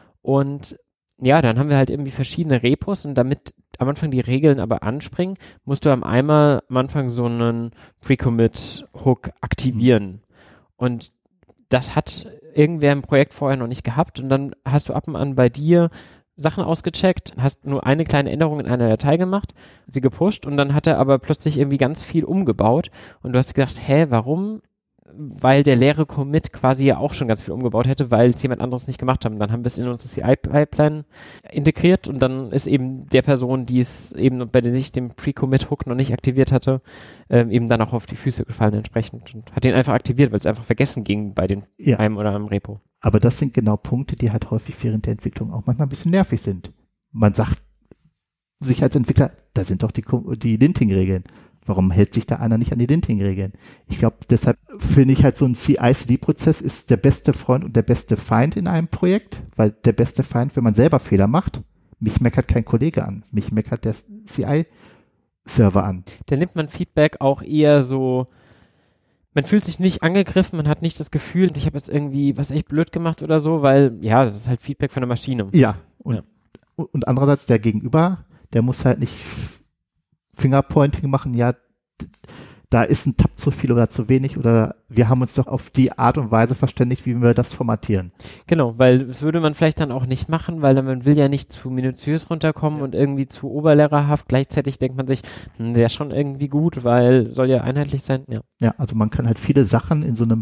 Und ja, dann haben wir halt irgendwie verschiedene Repos und damit am Anfang die Regeln aber anspringen, musst du am einmal am Anfang so einen Pre-Commit-Hook aktivieren. Und das hat irgendwer im Projekt vorher noch nicht gehabt und dann hast du ab und an bei dir Sachen ausgecheckt, hast nur eine kleine Änderung in einer Datei gemacht, sie gepusht und dann hat er aber plötzlich irgendwie ganz viel umgebaut und du hast gedacht, hä, warum weil der leere Commit quasi ja auch schon ganz viel umgebaut hätte, weil es jemand anderes nicht gemacht haben. Dann haben wir es in unsere C I-Pipeline integriert und dann ist eben der Person, die es eben bei der sich dem Pre-Commit-Hook noch nicht aktiviert hatte, ähm, eben dann auch auf die Füße gefallen entsprechend und hat den einfach aktiviert, weil es einfach vergessen ging bei den ja. einem oder einem Repo. Aber das sind genau Punkte, die halt häufig während der Entwicklung auch manchmal ein bisschen nervig sind. Man sagt sich als Entwickler, da sind doch die, die Linting-Regeln. Warum hält sich da einer nicht an die Linting-Regeln? Ich glaube, deshalb finde ich halt so ein C I C D-Prozess ist der beste Freund und der beste Feind in einem Projekt, weil der beste Feind, wenn man selber Fehler macht, mich meckert kein Kollege an, mich meckert der C I-Server an. Da nimmt man Feedback auch eher so, man fühlt sich nicht angegriffen, man hat nicht das Gefühl, ich habe jetzt irgendwie was echt blöd gemacht oder so, weil, ja, das ist halt Feedback von der Maschine. Ja, und, ja. und andererseits der Gegenüber, der muss halt nicht Fingerpointing machen, ja, da ist ein Tab zu viel oder zu wenig oder wir haben uns doch auf die Art und Weise verständigt, wie wir das formatieren. Genau, weil das würde man vielleicht dann auch nicht machen, weil man will ja nicht zu minutiös runterkommen ja. und irgendwie zu oberlehrerhaft. Gleichzeitig denkt man sich, hm, wäre schon irgendwie gut, weil soll ja einheitlich sein. Ja. ja, also man kann halt viele Sachen in so einem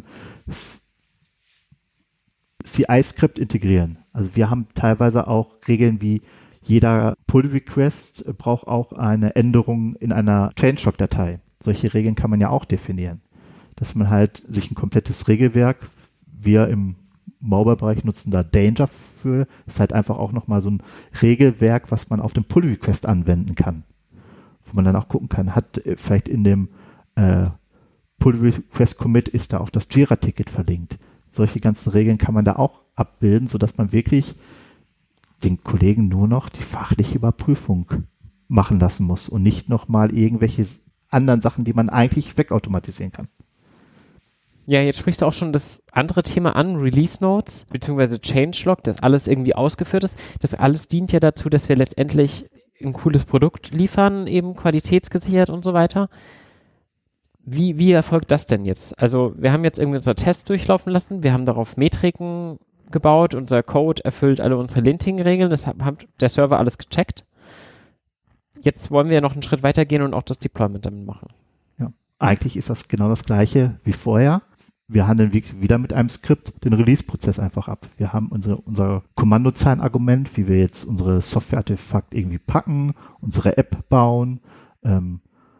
C I-Skript integrieren. Also wir haben teilweise auch Regeln wie jeder Pull-Request braucht auch eine Änderung in einer Changelog-Datei. Solche Regeln kann man ja auch definieren. Dass man halt sich ein komplettes Regelwerk, wir im Mobile-Bereich nutzen da Danger für, ist halt einfach auch nochmal so ein Regelwerk, was man auf dem Pull-Request anwenden kann. Wo man dann auch gucken kann, hat vielleicht in dem äh, Pull-Request-Commit ist da auch das Jira-Ticket verlinkt. Solche ganzen Regeln kann man da auch abbilden, sodass man wirklich den Kollegen nur noch die fachliche Überprüfung machen lassen muss und nicht nochmal irgendwelche anderen Sachen, die man eigentlich wegautomatisieren kann. Ja, jetzt sprichst du auch schon das andere Thema an, Release Notes beziehungsweise Changelog, das alles irgendwie ausgeführt ist. Das alles dient ja dazu, dass wir letztendlich ein cooles Produkt liefern, eben qualitätsgesichert und so weiter. Wie, wie erfolgt das denn jetzt? Also wir haben jetzt irgendwie unser Test durchlaufen lassen, wir haben darauf Metriken gebaut, unser Code erfüllt alle unsere Linting-Regeln, das hat, hat der Server alles gecheckt. Jetzt wollen wir noch einen Schritt weiter gehen und auch das Deployment damit machen. Ja, eigentlich ist das genau das Gleiche wie vorher. Wir handeln wieder mit einem Skript den Release-Prozess einfach ab. Wir haben unsere, unser Kommandozeilenargument, wie wir jetzt unsere Software-Artefakt irgendwie packen, unsere App bauen ähm,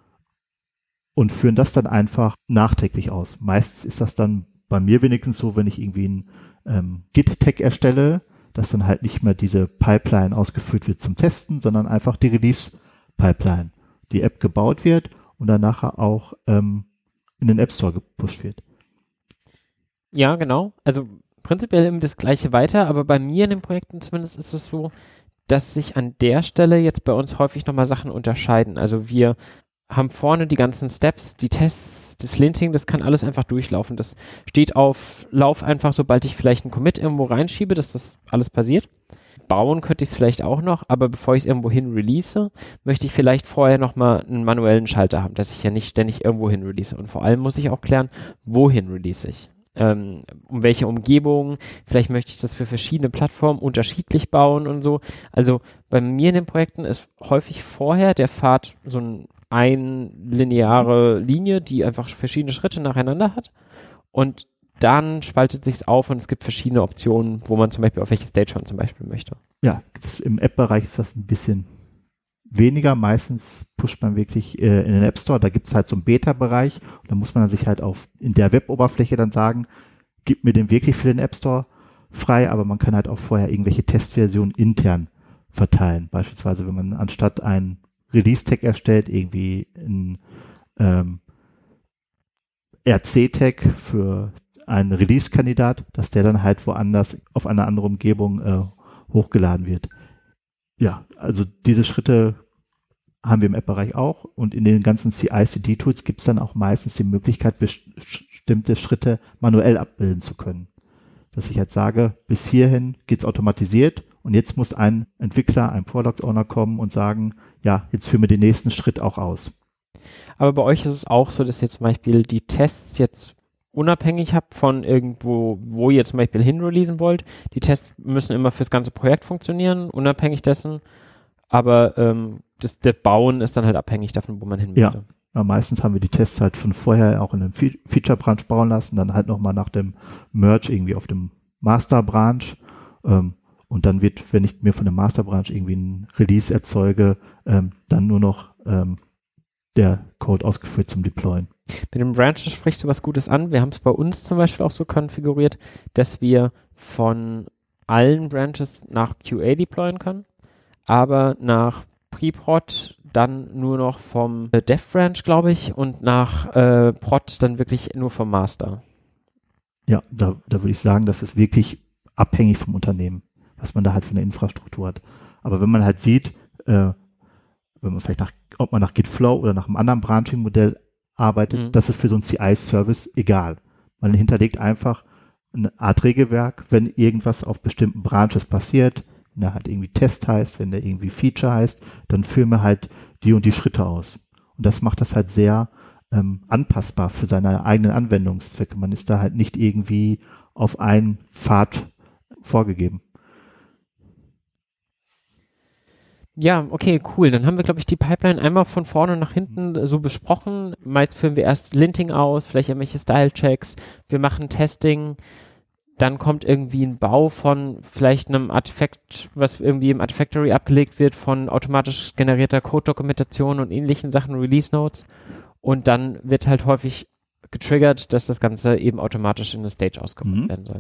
und führen das dann einfach nachträglich aus. Meistens ist das dann bei mir wenigstens so, wenn ich irgendwie ein ähm, Git-Tag erstelle, dass dann halt nicht mehr diese Pipeline ausgeführt wird zum Testen, sondern einfach die Release-Pipeline, die App gebaut wird und dann nachher auch ähm, in den App Store gepusht wird. Ja, genau. Also prinzipiell immer das Gleiche weiter, aber bei mir in den Projekten zumindest ist es so, dass sich an der Stelle jetzt bei uns häufig nochmal Sachen unterscheiden. Also wir haben vorne die ganzen Steps, die Tests, das Linting, das kann alles einfach durchlaufen. Das steht auf Lauf einfach, sobald ich vielleicht einen Commit irgendwo reinschiebe, dass das alles passiert. Bauen könnte ich es vielleicht auch noch, aber bevor ich es irgendwo hin release, möchte ich vielleicht vorher nochmal einen manuellen Schalter haben, dass ich ja nicht ständig irgendwo hin release. Und vor allem muss ich auch klären, wohin release ich. Ähm, um welche Umgebung, vielleicht möchte ich das für verschiedene Plattformen unterschiedlich bauen und so. Also bei mir in den Projekten ist häufig vorher der Pfad so ein eine lineare Linie, die einfach verschiedene Schritte nacheinander hat und dann spaltet sich's auf und es gibt verschiedene Optionen, wo man zum Beispiel auf welche Stage man zum Beispiel möchte. Ja, das, im App-Bereich ist das ein bisschen weniger. Meistens pusht man wirklich äh, in den App Store, da gibt es halt so einen Beta-Bereich und da muss man sich halt auf in der Web-Oberfläche dann sagen, gib mir den wirklich für den App Store frei, aber man kann halt auch vorher irgendwelche Testversionen intern verteilen. Beispielsweise, wenn man anstatt ein Release-Tag erstellt, irgendwie ein ähm, R C-Tag für einen Release-Kandidat, dass der dann halt woanders auf eine andere Umgebung äh, hochgeladen wird. Ja, also diese Schritte haben wir im App-Bereich auch und in den ganzen C I C D-Tools gibt es dann auch meistens die Möglichkeit, bestimmte Schritte manuell abbilden zu können. Dass ich halt sage, bis hierhin geht es automatisiert und jetzt muss ein Entwickler, ein Product Owner kommen und sagen, ja, jetzt führen wir den nächsten Schritt auch aus. Aber bei euch ist es auch so, dass ihr zum Beispiel die Tests jetzt unabhängig habt von irgendwo, wo ihr zum Beispiel hinreleasen wollt. Die Tests müssen immer fürs ganze Projekt funktionieren, unabhängig dessen. Aber ähm, das, das Bauen ist dann halt abhängig davon, wo man hin möchte. Ja, Ja, meistens haben wir die Tests halt schon vorher auch in einem Fe- Feature-Branch bauen lassen, dann halt nochmal nach dem Merge irgendwie auf dem Master-Branch. Ähm, und dann wird, wenn ich mir von dem Master-Branch irgendwie ein Release erzeuge, ähm, dann nur noch ähm, der Code ausgeführt zum Deployen. Mit dem Branches sprichst du was Gutes an. Wir haben es bei uns zum Beispiel auch so konfiguriert, dass wir von allen Branches nach Q A deployen können, aber nach Pre-Prod dann nur noch vom äh, Dev-Branch, glaube ich, und nach äh, Prod dann wirklich nur vom Master. Ja, da, da würde ich sagen, das ist wirklich abhängig vom Unternehmen, was man da halt für eine Infrastruktur hat. Aber wenn man halt sieht, äh, wenn man vielleicht nach, ob man nach Gitflow oder nach einem anderen Branching-Modell arbeitet, Mhm. das ist für so einen C I-Service egal. Man hinterlegt einfach eine Art Regelwerk, wenn irgendwas auf bestimmten Branches passiert, wenn der halt irgendwie Test heißt, wenn der irgendwie Feature heißt, dann führen wir halt die und die Schritte aus. Und das macht das halt sehr ähm, anpassbar für seine eigenen Anwendungszwecke. Man ist da halt nicht irgendwie auf einen Pfad vorgegeben. Ja, okay, cool. Dann haben wir, glaube ich, die Pipeline einmal von vorne nach hinten so besprochen. Meist führen wir erst Linting aus, vielleicht irgendwelche Style-Checks. Wir machen Testing. Dann kommt irgendwie ein Bau von vielleicht einem Artefakt, was irgendwie im Artifactory abgelegt wird, von automatisch generierter Code-Dokumentation und ähnlichen Sachen, Release-Notes. Und dann wird halt häufig getriggert, dass das Ganze eben automatisch in eine Stage ausgerollt Mhm. werden soll.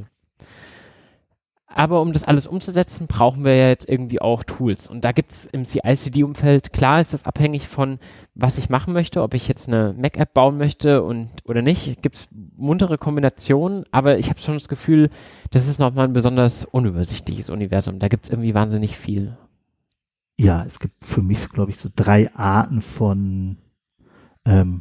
Aber um das alles umzusetzen, brauchen wir ja jetzt irgendwie auch Tools. Und da gibt es im C I C D-Umfeld, klar ist das abhängig von, was ich machen möchte, ob ich jetzt eine Mac-App bauen möchte und oder nicht. Gibt es muntere Kombinationen, aber ich habe schon das Gefühl, das ist nochmal ein besonders unübersichtliches Universum. Da gibt es irgendwie wahnsinnig viel. Ja, es gibt für mich, glaube ich, so drei Arten von ähm,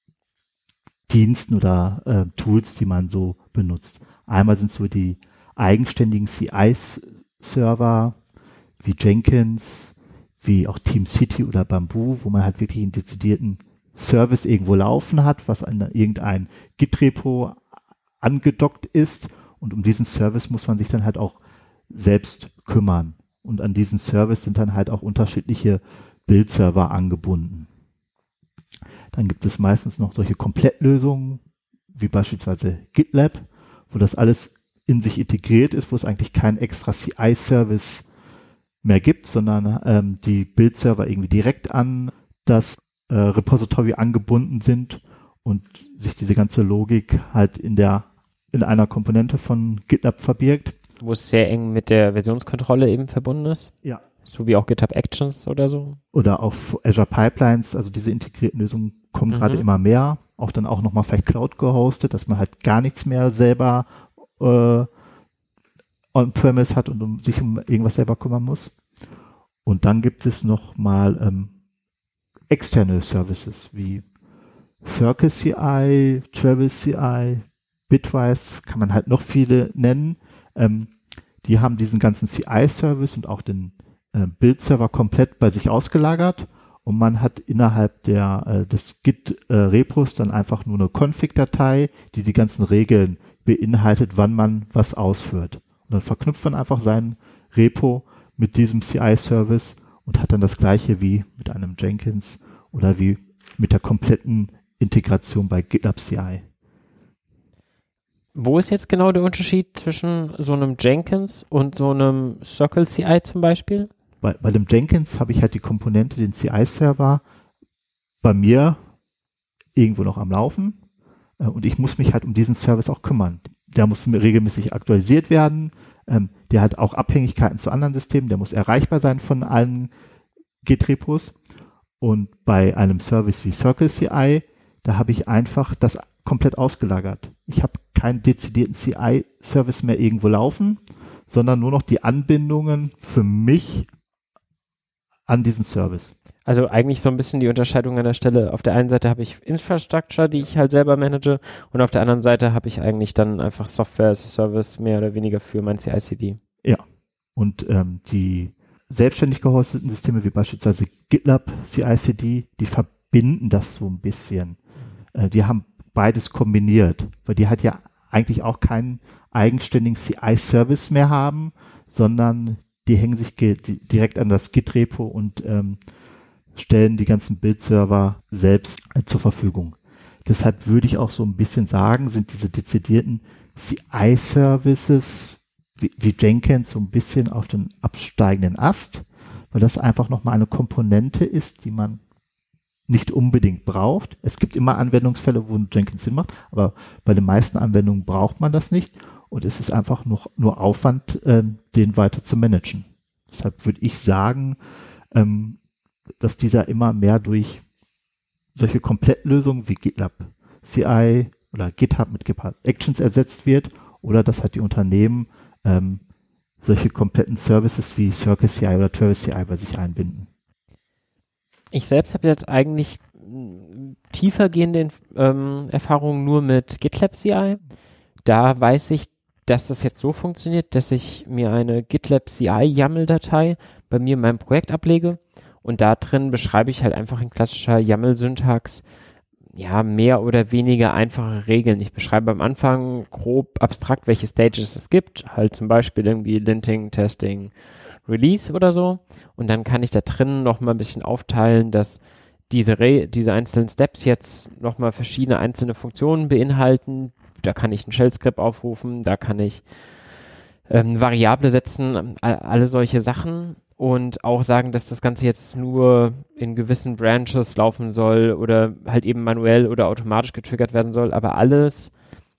Diensten oder äh, Tools, die man so benutzt. Einmal sind so die eigenständigen C I-Server wie Jenkins, wie auch TeamCity oder Bamboo, wo man halt wirklich einen dezidierten Service irgendwo laufen hat, was an irgendein Git-Repo angedockt ist, und um diesen Service muss man sich dann halt auch selbst kümmern. Und an diesen Service sind dann halt auch unterschiedliche Build-Server angebunden. Dann gibt es meistens noch solche Komplettlösungen, wie beispielsweise GitLab, wo das alles in sich integriert ist, wo es eigentlich keinen extra C I-Service mehr gibt, sondern ähm, die Build-Server irgendwie direkt an das äh, Repository angebunden sind und sich diese ganze Logik halt in der in einer Komponente von GitLab verbirgt. Wo es sehr eng mit der Versionskontrolle eben verbunden ist. Ja. So wie auch GitHub Actions oder so. Oder auf Azure Pipelines, also diese integrierten Lösungen kommen Mhm. gerade immer mehr. Auch dann auch nochmal vielleicht Cloud gehostet, dass man halt gar nichts mehr selber äh, on-premise hat und um sich um irgendwas selber kümmern muss. Und dann gibt es nochmal ähm, externe Services wie Circle C I, Travel C I, Bitwise, kann man halt noch viele nennen. Ähm, die haben diesen ganzen C I-Service und auch den äh, Build-Server komplett bei sich ausgelagert, und man hat innerhalb der, äh, des Git-Repos äh, dann einfach nur eine Config-Datei, die die ganzen Regeln beinhaltet, wann man was ausführt. Und dann verknüpft man einfach sein Repo mit diesem C I-Service und hat dann das gleiche wie mit einem Jenkins oder wie mit der kompletten Integration bei GitLab C I. Wo ist jetzt genau der Unterschied zwischen so einem Jenkins und so einem Circle C I zum Beispiel? Bei, bei dem Jenkins habe ich halt die Komponente, den C I-Server, bei mir irgendwo noch am Laufen, äh, und ich muss mich halt um diesen Service auch kümmern. Der muss regelmäßig aktualisiert werden, ähm, der hat auch Abhängigkeiten zu anderen Systemen, der muss erreichbar sein von allen Git-Repos. Und bei einem Service wie Circle C I, da habe ich einfach das komplett ausgelagert. Ich habe keinen dezidierten C I-Service mehr irgendwo laufen, sondern nur noch die Anbindungen für mich an diesen Service. Also eigentlich so ein bisschen die Unterscheidung an der Stelle. Auf der einen Seite habe ich Infrastructure, die ich halt selber manage, und auf der anderen Seite habe ich eigentlich dann einfach Software as a Service mehr oder weniger für mein C I C D. Ja, und ähm, die selbstständig gehosteten Systeme wie beispielsweise GitLab C I C D, die verbinden das so ein bisschen. Äh, die haben beides kombiniert, weil die halt ja eigentlich auch keinen eigenständigen C I-Service mehr haben, sondern die hängen sich ge- die direkt an das Git-Repo und ähm, stellen die ganzen Bildserver selbst äh, zur Verfügung. Deshalb würde ich auch so ein bisschen sagen, sind diese dezidierten C I-Services wie, wie Jenkins so ein bisschen auf den absteigenden Ast, weil das einfach nochmal eine Komponente ist, die man nicht unbedingt braucht. Es gibt immer Anwendungsfälle, wo Jenkins Sinn macht, aber bei den meisten Anwendungen braucht man das nicht und es ist einfach noch, nur Aufwand, ähm, den weiter zu managen. Deshalb würde ich sagen, ähm, dass dieser immer mehr durch solche Komplettlösungen wie GitLab C I oder GitHub mit GitHub Actions ersetzt wird oder dass halt die Unternehmen ähm, solche kompletten Services wie Circle C I oder Travis C I bei sich einbinden. Ich selbst habe jetzt eigentlich tiefergehende ähm, Erfahrungen nur mit GitLab C I. Da weiß ich, dass das jetzt so funktioniert, dass ich mir eine GitLab C I-YAML-Datei bei mir in meinem Projekt ablege und da drin beschreibe ich halt einfach in klassischer YAML-Syntax ja mehr oder weniger einfache Regeln. Ich beschreibe am Anfang grob abstrakt, welche Stages es gibt, halt zum Beispiel irgendwie Linting, Testing, Release oder so und dann kann ich da drin nochmal ein bisschen aufteilen, dass diese, Re- diese einzelnen Steps jetzt nochmal verschiedene einzelne Funktionen beinhalten. Da kann ich ein Shell-Skript aufrufen, da kann ich ähm, Variable setzen, alle solche Sachen und auch sagen, dass das Ganze jetzt nur in gewissen Branches laufen soll oder halt eben manuell oder automatisch getriggert werden soll, aber alles,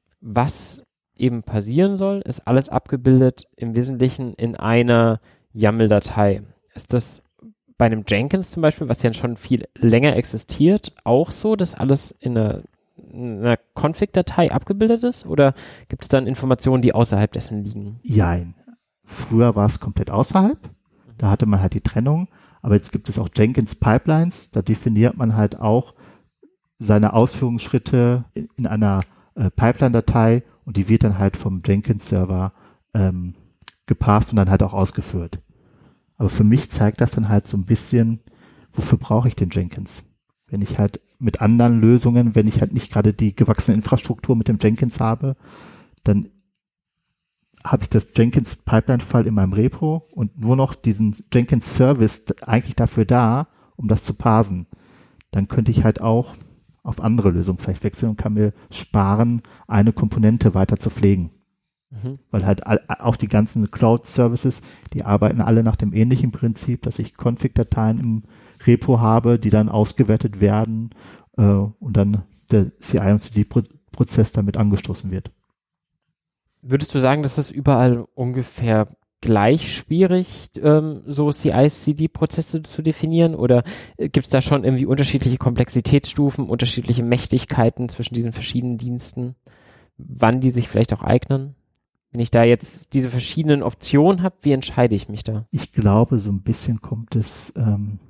was eben passieren soll, ist alles abgebildet im Wesentlichen in einer YAML-Datei. Ist das bei einem Jenkins zum Beispiel, was ja schon viel länger existiert, auch so, dass alles in einer, in einer Config-Datei abgebildet ist? Oder gibt es dann Informationen, die außerhalb dessen liegen? Jein. Früher war es komplett außerhalb. Da hatte man halt die Trennung. Aber jetzt gibt es auch Jenkins Pipelines. Da definiert man halt auch seine Ausführungsschritte in, in einer äh, Pipeline-Datei und die wird dann halt vom Jenkins-Server ähm, gepasst und dann halt auch ausgeführt. Aber für mich zeigt das dann halt so ein bisschen, wofür brauche ich den Jenkins? Wenn ich halt mit anderen Lösungen, wenn ich halt nicht gerade die gewachsene Infrastruktur mit dem Jenkins habe, dann habe ich das Jenkins Pipeline-File in meinem Repo und nur noch diesen Jenkins Service eigentlich dafür da, um das zu parsen. Dann könnte ich halt auch auf andere Lösungen vielleicht wechseln und kann mir sparen, eine Komponente weiter zu pflegen. Mhm. Weil halt all, auch die ganzen Cloud-Services, die arbeiten alle nach dem ähnlichen Prinzip, dass ich Config-Dateien im Repo habe, die dann ausgewertet werden äh, und dann der C I und C D-Prozess damit angestoßen wird. Würdest du sagen, dass das überall ungefähr gleich schwierig, ähm, so C I C D-Prozesse zu definieren? Oder gibt es da schon irgendwie unterschiedliche Komplexitätsstufen, unterschiedliche Mächtigkeiten zwischen diesen verschiedenen Diensten, wann die sich vielleicht auch eignen? Wenn ich da jetzt diese verschiedenen Optionen habe, wie entscheide ich mich da? Ich glaube, so ein bisschen kommt es ähm,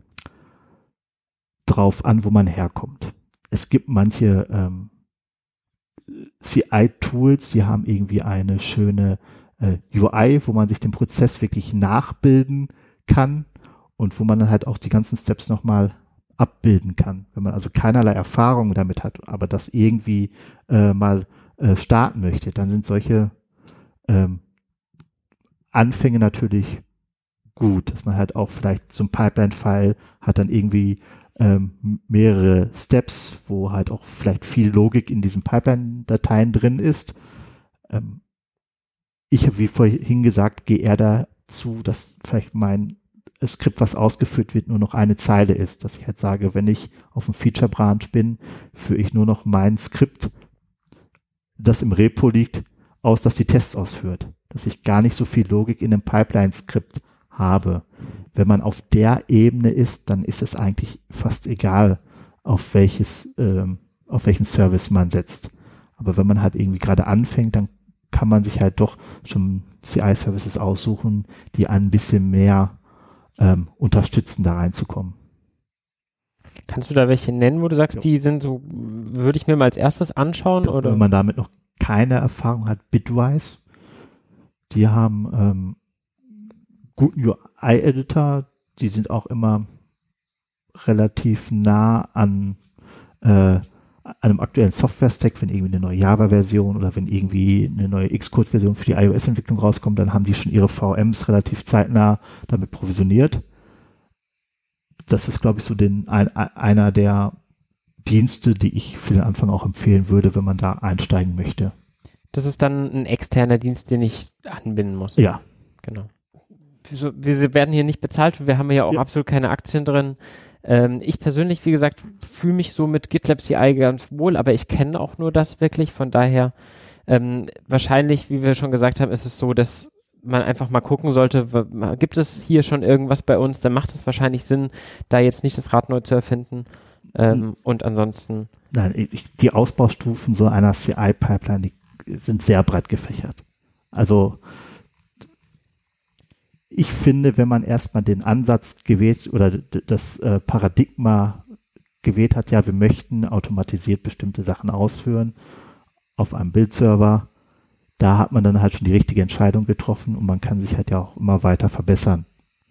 drauf an, wo man herkommt. Es gibt manche ähm, C I-Tools, die haben irgendwie eine schöne äh, U I, wo man sich den Prozess wirklich nachbilden kann und wo man dann halt auch die ganzen Steps nochmal abbilden kann. Wenn man also keinerlei Erfahrung damit hat, aber das irgendwie äh, mal äh, starten möchte, dann sind solche ähm, Anfänge natürlich gut, dass man halt auch vielleicht so ein Pipeline-File hat dann irgendwie ähm, mehrere Steps, wo halt auch vielleicht viel Logik in diesen Pipeline-Dateien drin ist. Ähm, ich habe wie vorhin gesagt, gehe eher dazu, dass vielleicht mein Skript, was ausgeführt wird, nur noch eine Zeile ist. Dass ich halt sage, wenn ich auf dem Feature-Branch bin, führe ich nur noch mein Skript, das im Repo liegt, aus, dass die Tests ausführt. Dass ich gar nicht so viel Logik in einem Pipeline-Skript habe. Wenn man auf der Ebene ist, dann ist es eigentlich fast egal, auf welches, ähm, auf welchen Service man setzt. Aber wenn man halt irgendwie gerade anfängt, dann kann man sich halt doch schon C I-Services aussuchen, die ein bisschen mehr ähm, unterstützen, da reinzukommen. Kannst du da welche nennen, wo du sagst, ja. Die sind so, würde ich mir mal als erstes anschauen? Ja, oder? Wenn man damit noch keine Erfahrung hat, Bitwise, die haben ähm, guten U I-Editor, die sind auch immer relativ nah an äh, einem aktuellen Software-Stack, wenn irgendwie eine neue Java-Version oder wenn irgendwie eine neue Xcode-Version für die iOS-Entwicklung rauskommt, dann haben die schon ihre V Ms relativ zeitnah damit provisioniert. das ist, glaube ich, so den, ein, einer der Dienste, die ich für den Anfang auch empfehlen würde, wenn man da einsteigen möchte. Das ist dann ein externer Dienst, den ich anbinden muss. Ja. Genau. So, wir werden hier nicht bezahlt, wir haben ja auch ja. absolut keine Aktien drin. Ähm, ich persönlich, wie gesagt, fühle mich so mit GitLab C I ganz wohl, aber ich kenne auch nur das wirklich, von daher ähm, wahrscheinlich, wie wir schon gesagt haben, ist es so, dass man einfach mal gucken sollte, gibt es hier schon irgendwas bei uns, dann macht es wahrscheinlich Sinn, da jetzt nicht das Rad neu zu erfinden. Ähm, hm. Und ansonsten... Nein, ich, die Ausbaustufen so einer C I-Pipeline, die sind sehr breit gefächert. Also ich finde, wenn man erstmal den Ansatz gewählt oder d- das äh, Paradigma gewählt hat, ja, wir möchten automatisiert bestimmte Sachen ausführen auf einem Bildserver, da hat man dann halt schon die richtige Entscheidung getroffen und man kann sich halt ja auch immer weiter verbessern.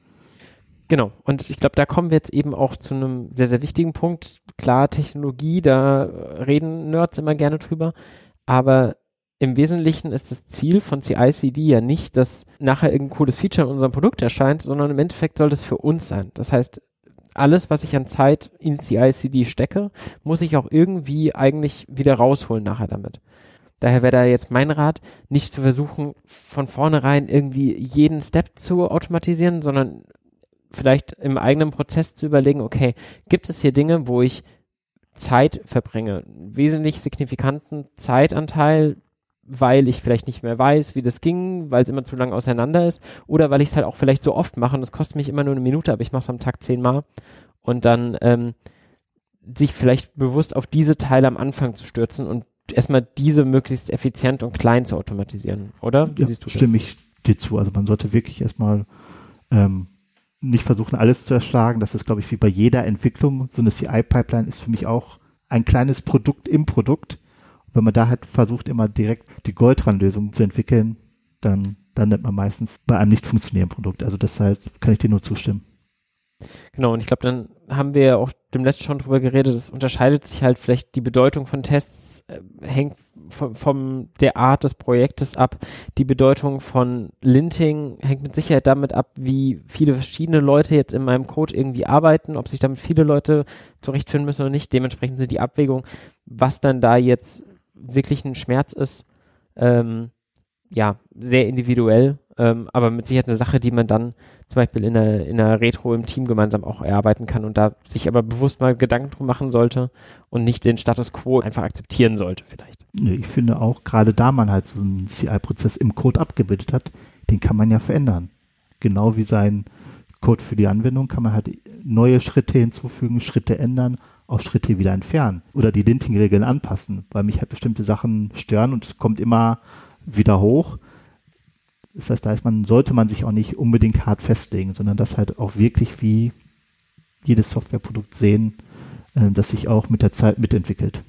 Genau, und ich glaube, da kommen wir jetzt eben auch zu einem sehr, sehr wichtigen Punkt. Klar, Technologie, da reden Nerds immer gerne drüber, aber im Wesentlichen ist das Ziel von C I C D ja nicht, dass nachher irgendein cooles Feature in unserem Produkt erscheint, sondern im Endeffekt soll das für uns sein. Das heißt, alles, was ich an Zeit in C I C D stecke, muss ich auch irgendwie eigentlich wieder rausholen nachher damit. Daher wäre da jetzt mein Rat, nicht zu versuchen, von vornherein irgendwie jeden Step zu automatisieren, sondern vielleicht im eigenen Prozess zu überlegen, okay, gibt es hier Dinge, wo ich Zeit verbringe, wesentlich signifikanten Zeitanteil, weil ich vielleicht nicht mehr weiß, wie das ging, weil es immer zu lang auseinander ist oder weil ich es halt auch vielleicht so oft mache und es kostet mich immer nur eine Minute, aber ich mache es am Tag zehnmal und dann ähm, sich vielleicht bewusst auf diese Teile am Anfang zu stürzen und erstmal diese möglichst effizient und klein zu automatisieren, oder? Wie ja, siehst du das? Stimme ich dir zu. Also man sollte wirklich erstmal ähm, nicht versuchen, alles zu erschlagen. Das ist, glaube ich, wie bei jeder Entwicklung. So eine C I-Pipeline ist für mich auch ein kleines Produkt im Produkt. Wenn man da halt versucht, immer direkt die Goldrandlösung zu entwickeln, dann landet man meistens bei einem nicht funktionierenden Produkt. Also deshalb kann ich dir nur zustimmen. Genau, und ich glaube, dann haben wir ja auch dem letzten schon drüber geredet, es unterscheidet sich halt vielleicht die Bedeutung von Tests, äh, hängt von, von der Art des Projektes ab. Die Bedeutung von Linting hängt mit Sicherheit damit ab, wie viele verschiedene Leute jetzt in meinem Code irgendwie arbeiten, ob sich damit viele Leute zurechtfinden müssen oder nicht. Dementsprechend sind die Abwägungen, was dann da jetzt wirklich ein Schmerz ist, ähm, ja, sehr individuell, ähm, aber mit Sicherheit eine Sache, die man dann zum Beispiel in einer, in einer Retro im Team gemeinsam auch erarbeiten kann und da sich aber bewusst mal Gedanken drum machen sollte und nicht den Status quo einfach akzeptieren sollte vielleicht. Ich finde auch, gerade da man halt so einen C I-Prozess im Code abgebildet hat, den kann man ja verändern. Genau wie sein Code für die Anwendung kann man halt neue Schritte hinzufügen, Schritte ändern, auch Schritte wieder entfernen oder die Linting-Regeln anpassen, weil mich halt bestimmte Sachen stören und es kommt immer wieder hoch. Das heißt, da ist man, sollte man sich auch nicht unbedingt hart festlegen, sondern das halt auch wirklich wie jedes Softwareprodukt sehen, äh, das sich auch mit der Zeit mitentwickelt.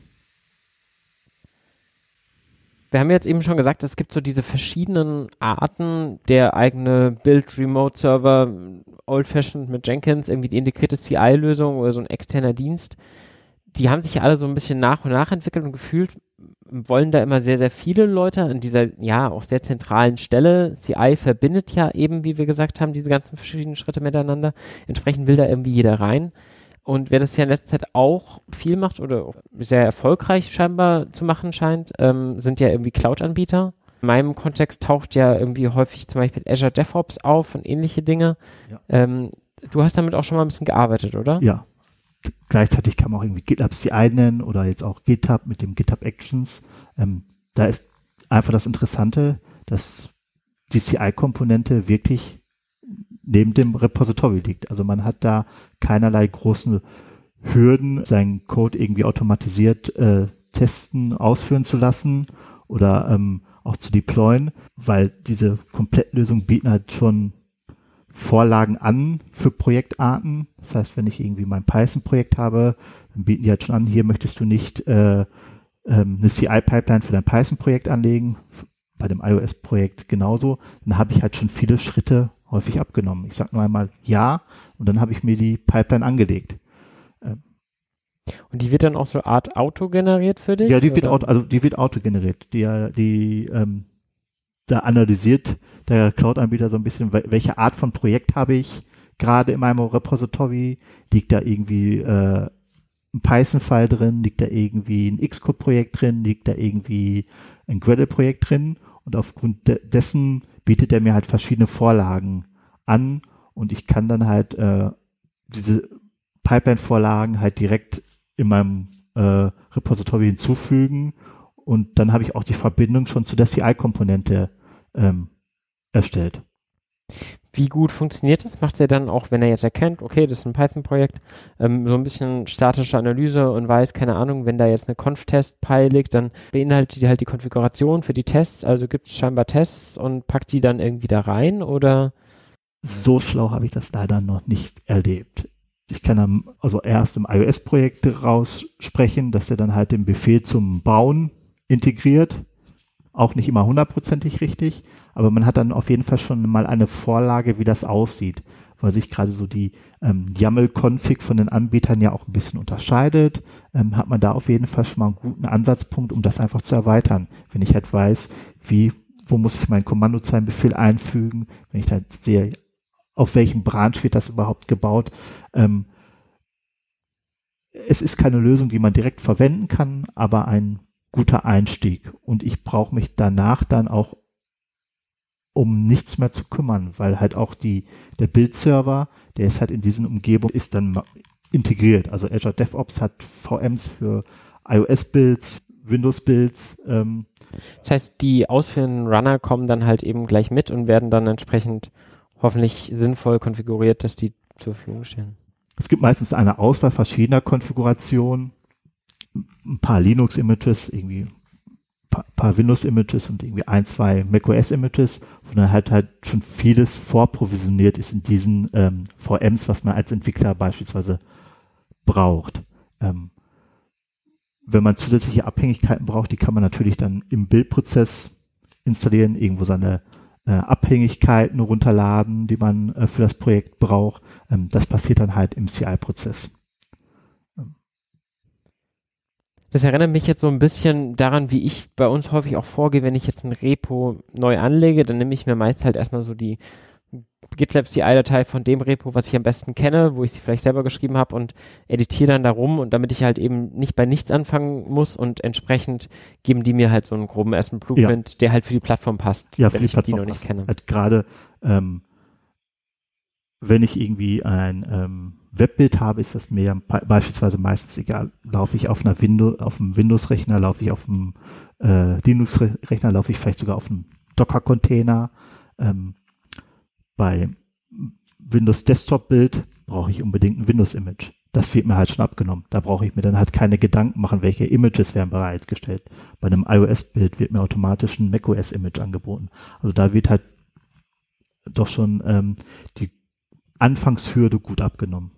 Wir haben jetzt eben schon gesagt, es gibt so diese verschiedenen Arten, der eigene Build-Remote-Server, Old-Fashioned mit Jenkins, irgendwie die integrierte C I-Lösung oder so ein externer Dienst. Die haben sich alle so ein bisschen nach und nach entwickelt und gefühlt wollen da immer sehr, sehr viele Leute an dieser, ja, auch sehr zentralen Stelle. C I verbindet ja eben, wie wir gesagt haben, diese ganzen verschiedenen Schritte miteinander. Entsprechend will da irgendwie jeder rein. Und wer das ja in letzter Zeit auch viel macht oder sehr erfolgreich scheinbar zu machen scheint, ähm, sind ja irgendwie Cloud-Anbieter. In meinem Kontext taucht ja irgendwie häufig zum Beispiel Azure DevOps auf und ähnliche Dinge. Ja. Ähm, du hast damit auch schon mal ein bisschen gearbeitet, oder? Ja. Gleichzeitig kann man auch irgendwie GitLab C I nennen oder jetzt auch GitHub mit dem GitHub Actions. Ähm, da ist einfach das Interessante, dass die C I-Komponente wirklich neben dem Repository liegt. Also man hat da keinerlei großen Hürden, seinen Code irgendwie automatisiert äh, testen, ausführen zu lassen oder ähm, auch zu deployen, weil diese Komplettlösungen bieten halt schon Vorlagen an für Projektarten. Das heißt, wenn ich irgendwie mein Python-Projekt habe, dann bieten die halt schon an, hier möchtest du nicht äh, ähm, eine C I-Pipeline für dein Python-Projekt anlegen, bei dem iOS-Projekt genauso. Dann habe ich halt schon viele Schritte häufig abgenommen. Ich sage nur einmal ja und dann habe ich mir die Pipeline angelegt. Ähm, und die wird dann auch so eine Art autogeneriert für dich? Ja, die wird, auto, also die wird autogeneriert. Die, die ähm, da analysiert der Cloud-Anbieter so ein bisschen, welche Art von Projekt habe ich, gerade in meinem Repository? Liegt da irgendwie äh, ein Python-File drin? Liegt da irgendwie ein Xcode-Projekt drin? Liegt da irgendwie ein Gradle-Projekt drin? Und aufgrund de- dessen bietet er mir halt verschiedene Vorlagen an und ich kann dann halt äh, diese Pipeline-Vorlagen halt direkt in meinem äh, Repository hinzufügen und dann habe ich auch die Verbindung schon zu der C I-Komponente ähm, erstellt. Wie gut funktioniert das? Macht er dann auch, wenn er jetzt erkennt, okay, das ist ein Python-Projekt, ähm, so ein bisschen statische Analyse und weiß, keine Ahnung, wenn da jetzt eine Conf-Test-Py liegt, dann beinhaltet die halt die Konfiguration für die Tests, also gibt es scheinbar Tests und packt die dann irgendwie da rein oder? So schlau habe ich das leider noch nicht erlebt. Ich kann dann also erst im iOS-Projekt raussprechen, dass er dann halt den Befehl zum Bauen integriert. Auch nicht immer hundertprozentig richtig, aber man hat dann auf jeden Fall schon mal eine Vorlage, wie das aussieht, weil sich gerade so die ähm, YAML-Config von den Anbietern ja auch ein bisschen unterscheidet, ähm, hat man da auf jeden Fall schon mal einen guten Ansatzpunkt, um das einfach zu erweitern. Wenn ich halt weiß, wie, wo muss ich meinen Kommandozeilenbefehl einfügen, wenn ich halt sehe, auf welchem Branch wird das überhaupt gebaut. Ähm, es ist keine Lösung, die man direkt verwenden kann, aber ein guter Einstieg. Und ich brauche mich danach dann auch um nichts mehr zu kümmern, weil halt auch die, der Build-Server, der ist halt in diesen Umgebungen, ist dann integriert. Also Azure DevOps hat V Ms für iOS-Builds, Windows-Builds. Ähm. Das heißt, die ausführenden Runner kommen dann halt eben gleich mit und werden dann entsprechend hoffentlich sinnvoll konfiguriert, dass die zur Verfügung stehen. Es gibt meistens eine Auswahl verschiedener Konfigurationen, ein paar Linux-Images, irgendwie paar, paar Windows-Images und irgendwie ein, zwei macOS-Images, wo dann halt halt schon vieles vorprovisioniert ist in diesen ähm, V Ms, was man als Entwickler beispielsweise braucht. Ähm, wenn man zusätzliche Abhängigkeiten braucht, die kann man natürlich dann im Bildprozess installieren, irgendwo seine äh, Abhängigkeiten runterladen, die man äh, für das Projekt braucht. Ähm, das passiert dann halt im C I-Prozess. Das erinnert mich jetzt so ein bisschen daran, wie ich bei uns häufig auch vorgehe, wenn ich jetzt ein Repo neu anlege, dann nehme ich mir meist halt erstmal so die GitLab C I-Datei von dem Repo, was ich am besten kenne, wo ich sie vielleicht selber geschrieben habe und editiere dann da rum und damit ich halt eben nicht bei nichts anfangen muss und entsprechend geben die mir halt so einen groben ersten Blueprint, ja, der halt für die Plattform passt, ja, wenn für die ich Plattform die noch nicht kenne. Halt gerade ähm, wenn ich irgendwie ein ähm, Webbild habe, ist das mir beispielsweise meistens egal. Laufe ich auf einer Windows, auf einem Windows-Rechner, laufe ich auf einem äh, Linux-Rechner, laufe ich vielleicht sogar auf einem Docker-Container. Ähm, bei Windows Desktop-Bild brauche ich unbedingt ein Windows-Image. Das wird mir halt schon abgenommen. Da brauche ich mir dann halt keine Gedanken machen, welche Images werden bereitgestellt. Bei einem iOS-Bild wird mir automatisch ein macOS-Image angeboten. Also da wird halt doch schon ähm, die Anfangshürde gut abgenommen.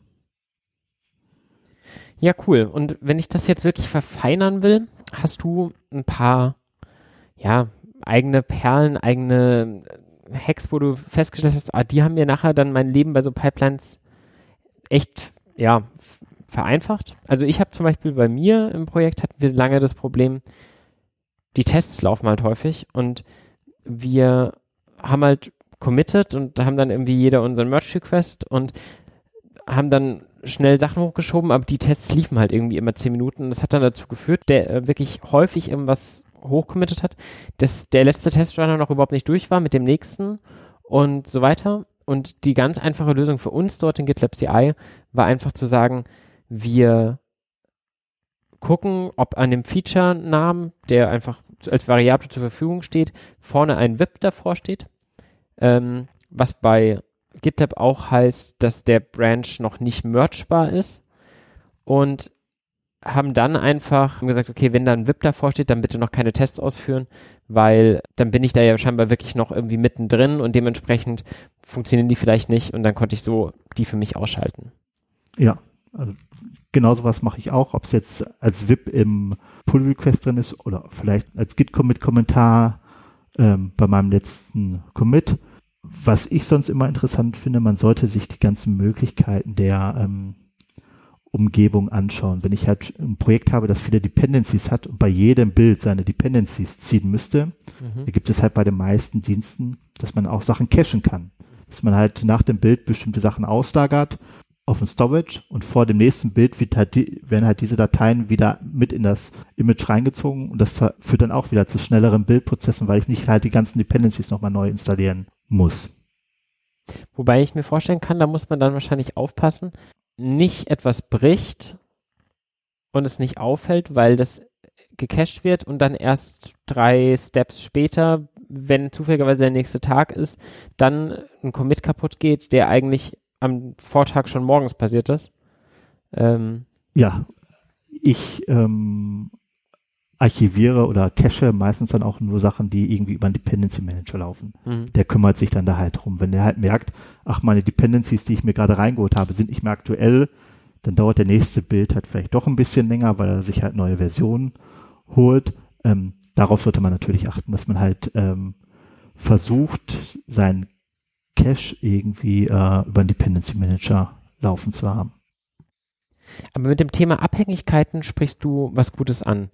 Ja, cool. Und wenn ich das jetzt wirklich verfeinern will, hast du ein paar, ja, eigene Perlen, eigene Hacks, wo du festgestellt hast, ah, die haben mir nachher dann mein Leben bei so Pipelines echt, ja, vereinfacht. Also ich habe zum Beispiel bei mir im Projekt hatten wir lange das Problem, die Tests laufen halt häufig und wir haben halt committed und haben dann irgendwie jeder unseren Merge-Request und haben dann schnell Sachen hochgeschoben, aber die Tests liefen halt irgendwie immer zehn Minuten und das hat dann dazu geführt, der äh, wirklich häufig irgendwas hochcommitted hat, dass der letzte Testrunner noch überhaupt nicht durch war mit dem nächsten und so weiter. Und die ganz einfache Lösung für uns dort in GitLab C I war einfach zu sagen, wir gucken, ob an dem Feature-Namen, der einfach als Variable zur Verfügung steht, vorne ein V I P davor steht. Ähm, was bei GitLab auch heißt, dass der Branch noch nicht mergebar ist und haben dann einfach gesagt, okay, wenn da ein V I P davor steht, dann bitte noch keine Tests ausführen, weil dann bin ich da ja scheinbar wirklich noch irgendwie mittendrin und dementsprechend funktionieren die vielleicht nicht und dann konnte ich so die für mich ausschalten. Ja, also genau sowas mache ich auch, ob es jetzt als V I P im Pull-Request drin ist oder vielleicht als Git-Commit-Kommentar ähm, bei meinem letzten Commit. Was ich sonst immer interessant finde, man sollte sich die ganzen Möglichkeiten der ähm, Umgebung anschauen. Wenn ich halt ein Projekt habe, das viele Dependencies hat und bei jedem Bild seine Dependencies ziehen müsste, mhm. da gibt es halt bei den meisten Diensten, dass man auch Sachen cachen kann. dass man halt nach dem Bild bestimmte Sachen auslagert auf dem Storage und vor dem nächsten Bild wird halt die, werden halt diese Dateien wieder mit in das Image reingezogen und das führt dann auch wieder zu schnelleren Bildprozessen, weil ich nicht halt die ganzen Dependencies nochmal neu installieren muss. Wobei ich mir vorstellen kann, da muss man dann wahrscheinlich aufpassen, nicht etwas bricht und es nicht auffällt, weil das gecached wird und dann erst drei Steps später, wenn zufälligerweise der nächste Tag ist, dann ein Commit kaputt geht, der eigentlich am Vortag schon morgens passiert ist. Ähm. Ja, ich ähm, archiviere oder cache meistens dann auch nur Sachen, die irgendwie über einen Dependency Manager laufen. Mhm. Der kümmert sich dann da halt drum. Wenn der halt merkt, ach, meine Dependencies, die ich mir gerade reingeholt habe, sind nicht mehr aktuell, dann dauert der nächste Bild halt vielleicht doch ein bisschen länger, weil er sich halt neue Versionen holt. Ähm, darauf sollte man natürlich achten, dass man halt ähm, versucht, sein Cache irgendwie äh, über einen Dependency Manager laufen zu haben. Aber mit dem Thema Abhängigkeiten sprichst du was Gutes an.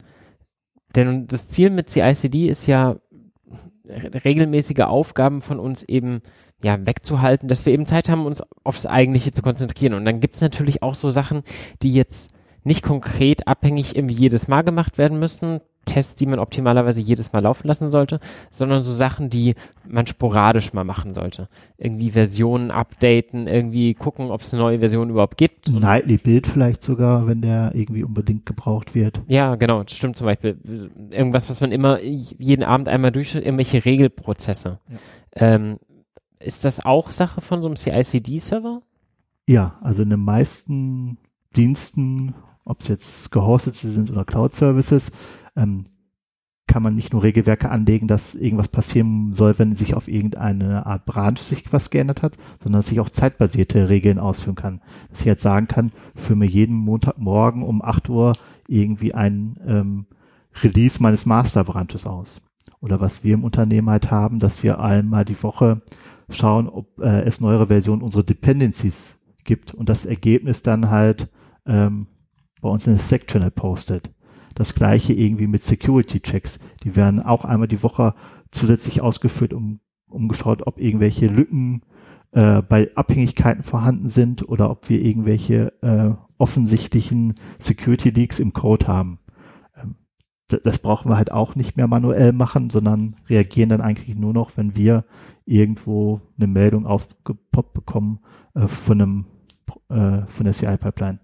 Denn das Ziel mit C I C D ist ja, regelmäßige Aufgaben von uns eben ja wegzuhalten, dass wir eben Zeit haben, uns aufs Eigentliche zu konzentrieren. Und dann gibt es natürlich auch so Sachen, die jetzt nicht konkret abhängig irgendwie jedes Mal gemacht werden müssen, Tests, die man optimalerweise jedes Mal laufen lassen sollte, sondern so Sachen, die man sporadisch mal machen sollte. Irgendwie Versionen updaten, irgendwie gucken, ob es eine neue Version überhaupt gibt. Nightly Build vielleicht sogar, wenn der irgendwie unbedingt gebraucht wird. Ja, genau, das stimmt zum Beispiel. Irgendwas, was man immer jeden Abend einmal durchführt, irgendwelche Regelprozesse. Ja. Ähm, ist das auch Sache von so einem C I C D-Server? Ja, also in den meisten Diensten, ob es jetzt gehostete sind oder Cloud-Services, ähm, kann man nicht nur Regelwerke anlegen, dass irgendwas passieren soll, wenn sich auf irgendeine Art Branch sich was geändert hat, sondern dass ich auch zeitbasierte Regeln ausführen kann. Dass ich jetzt sagen kann, führe mir jeden Montagmorgen um acht Uhr irgendwie ein ähm, Release meines Master-Branches aus. Oder was wir im Unternehmen halt haben, dass wir einmal die Woche schauen, ob äh, es neuere Versionen unserer Dependencies gibt und das Ergebnis dann halt ähm, bei uns in den Slack-Channel postet. Das gleiche irgendwie mit Security-Checks. Die werden auch einmal die Woche zusätzlich ausgeführt, um, um geschaut, ob irgendwelche Lücken äh, bei Abhängigkeiten vorhanden sind oder ob wir irgendwelche äh, offensichtlichen Security-Leaks im Code haben. Ähm, d- das brauchen wir halt auch nicht mehr manuell machen, sondern reagieren dann eigentlich nur noch, wenn wir irgendwo eine Meldung aufgepoppt bekommen äh, von einem äh, von der C I-Pipeline.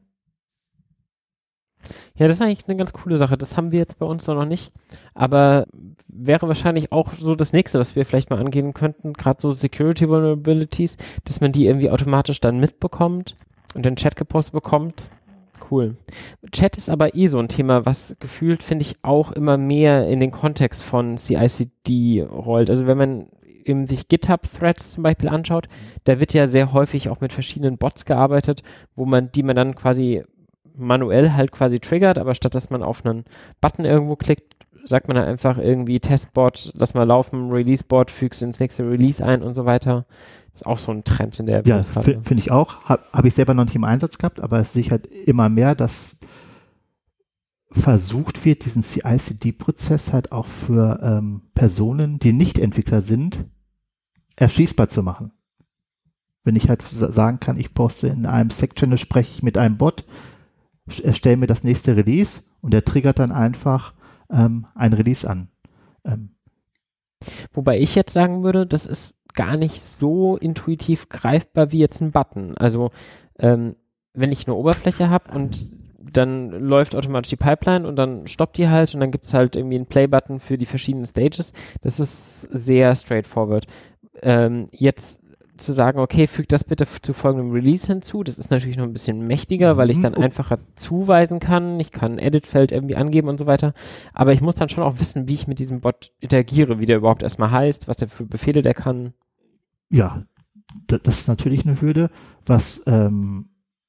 Ja, das ist eigentlich eine ganz coole Sache. Das haben wir jetzt bei uns noch nicht, aber wäre wahrscheinlich auch so das Nächste, was wir vielleicht mal angehen könnten, gerade so Security Vulnerabilities, dass man die irgendwie automatisch dann mitbekommt und den Chat gepostet bekommt. Cool. Chat ist aber eh so ein Thema, was gefühlt, finde ich, auch immer mehr in den Kontext von C I C D rollt. Also wenn man eben sich GitHub-Threads zum Beispiel anschaut, da wird ja sehr häufig auch mit verschiedenen Bots gearbeitet, wo man, die man dann quasi manuell halt quasi triggert, aber statt dass man auf einen Button irgendwo klickt, sagt man dann einfach irgendwie Testbot, lass mal laufen, Releasebot, fügst ins nächste Release ein und so weiter. Das ist auch so ein Trend in der Ja, finde find ich auch. Habe hab ich selber noch nicht im Einsatz gehabt, aber es sehe ich halt immer mehr, dass versucht wird, diesen C I C D-Prozess halt auch für ähm, Personen, die nicht Entwickler sind, erschließbar zu machen. Wenn ich halt sagen kann, ich poste in einem Slack-Channel, spreche ich mit einem Bot, erstelle mir das nächste Release und der triggert dann einfach ähm, ein Release an. Ähm. Wobei ich jetzt sagen würde, das ist gar nicht so intuitiv greifbar wie jetzt ein Button. Also ähm, wenn ich eine Oberfläche habe und dann läuft automatisch die Pipeline und dann stoppt die halt und dann gibt es halt irgendwie einen Play-Button für die verschiedenen Stages. Das ist sehr straightforward. Ähm, jetzt zu sagen, okay, füg das bitte zu folgendem Release hinzu, das ist natürlich noch ein bisschen mächtiger, weil ich dann einfacher zuweisen kann, ich kann ein Edit-Feld irgendwie angeben und so weiter, aber ich muss dann schon auch wissen, wie ich mit diesem Bot interagiere, wie der überhaupt erstmal heißt, was der für Befehle der kann. Ja, das ist natürlich eine Hürde, was ähm,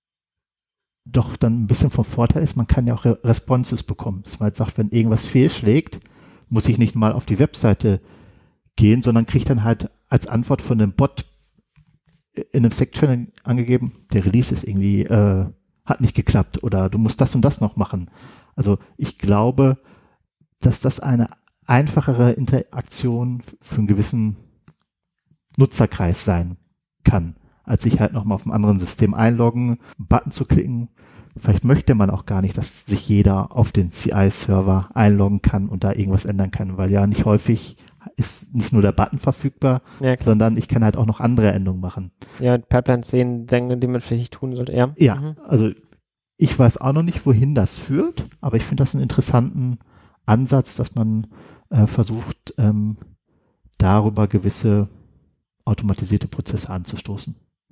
doch dann ein bisschen vom Vorteil ist, man kann ja auch Responses bekommen, dass man halt sagt, wenn irgendwas fehlschlägt, muss ich nicht mal auf die Webseite gehen, sondern kriege dann halt als Antwort von einem Bot in einem Slack-Channel angegeben, der Release ist irgendwie, äh, hat nicht geklappt oder du musst das und das noch machen. Also ich glaube, dass das eine einfachere Interaktion für einen gewissen Nutzerkreis sein kann, als sich halt nochmal auf einem anderen System einloggen, einen Button zu klicken. Vielleicht möchte man auch gar nicht, dass sich jeder auf den C I-Server einloggen kann und da irgendwas ändern kann, weil ja nicht häufig ist nicht nur der Button verfügbar, ja, sondern ich kann halt auch noch andere Änderungen machen. Ja, Pipelines sehen Dinge, die man vielleicht nicht tun sollte, ja. Ja, mhm. also ich weiß auch noch nicht, wohin das führt, aber ich finde das einen interessanten Ansatz, dass man äh, versucht, ähm, darüber gewisse automatisierte Prozesse anzustoßen.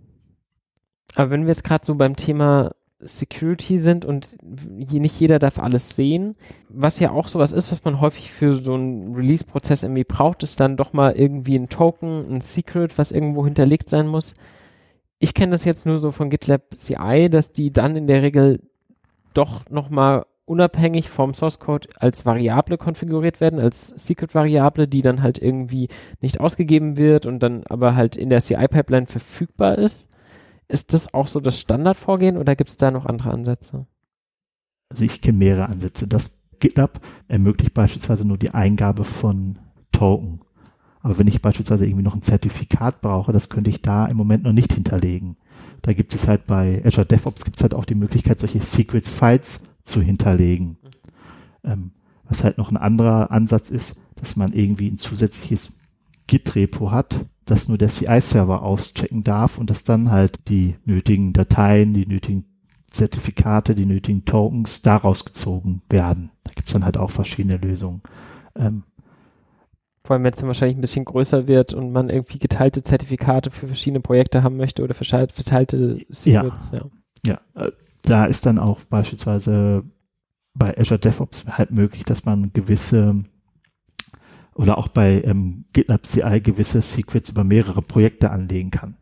Aber wenn wir jetzt gerade so beim Thema Security sind und nicht jeder darf alles sehen, was ja auch sowas ist, was man häufig für so einen Release-Prozess irgendwie braucht, ist dann doch mal irgendwie ein Token, ein Secret, was irgendwo hinterlegt sein muss. Ich kenne das jetzt nur so von GitLab C I, dass die dann in der Regel doch nochmal unabhängig vom Source Code als Variable konfiguriert werden, als Secret-Variable, die dann halt irgendwie nicht ausgegeben wird und dann aber halt in der C I-Pipeline verfügbar ist. Ist das auch so das Standardvorgehen oder gibt es da noch andere Ansätze? Also ich kenne mehrere Ansätze. Das GitLab ermöglicht beispielsweise nur die Eingabe von Token. Aber wenn ich beispielsweise irgendwie noch ein Zertifikat brauche, das könnte ich da im Moment noch nicht hinterlegen. Da gibt es halt bei Azure DevOps gibt es halt auch die Möglichkeit, solche Secrets-Files zu hinterlegen. Mhm. Ähm, was halt noch ein anderer Ansatz ist, dass man irgendwie ein zusätzliches Git-Repo hat, das nur der C I-Server auschecken darf und dass dann halt die nötigen Dateien, die nötigen Zertifikate, die nötigen Tokens daraus gezogen werden. Da gibt es dann halt auch verschiedene Lösungen. Ähm, Vor allem, wenn es dann wahrscheinlich ein bisschen größer wird und man irgendwie geteilte Zertifikate für verschiedene Projekte haben möchte oder verteilte Secrets. Ja, ja. ja, da ist dann auch beispielsweise bei Azure DevOps halt möglich, dass man gewisse oder auch bei ähm, GitLab C I gewisse Secrets über mehrere Projekte anlegen kann.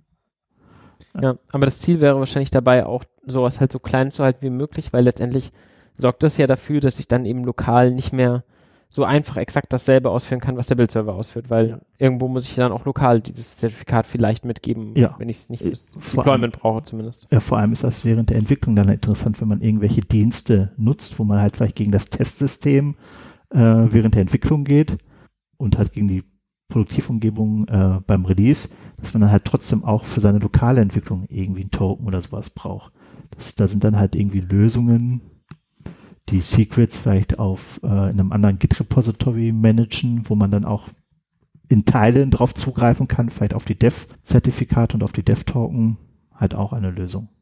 Ja, aber das Ziel wäre wahrscheinlich dabei auch, sowas halt so klein zu halten wie möglich, weil letztendlich sorgt das ja dafür, dass ich dann eben lokal nicht mehr so einfach exakt dasselbe ausführen kann, was der Bildserver ausführt, weil ja. irgendwo muss ich dann auch lokal dieses Zertifikat vielleicht mitgeben, ja. wenn ich es nicht fürs Deployment brauche zumindest. Ja, vor allem ist das während der Entwicklung dann interessant, wenn man irgendwelche Dienste nutzt, wo man halt vielleicht gegen das Testsystem äh, während der Entwicklung geht und halt gegen die Produktivumgebung äh, beim Release, dass man dann halt trotzdem auch für seine lokale Entwicklung irgendwie einen Token oder sowas braucht. Das, da sind dann halt irgendwie Lösungen, die Secrets vielleicht auf äh, in einem anderen Git-Repository managen, wo man dann auch in Teilen drauf zugreifen kann, vielleicht auf die Dev-Zertifikate und auf die Dev-Token, halt auch eine Lösung.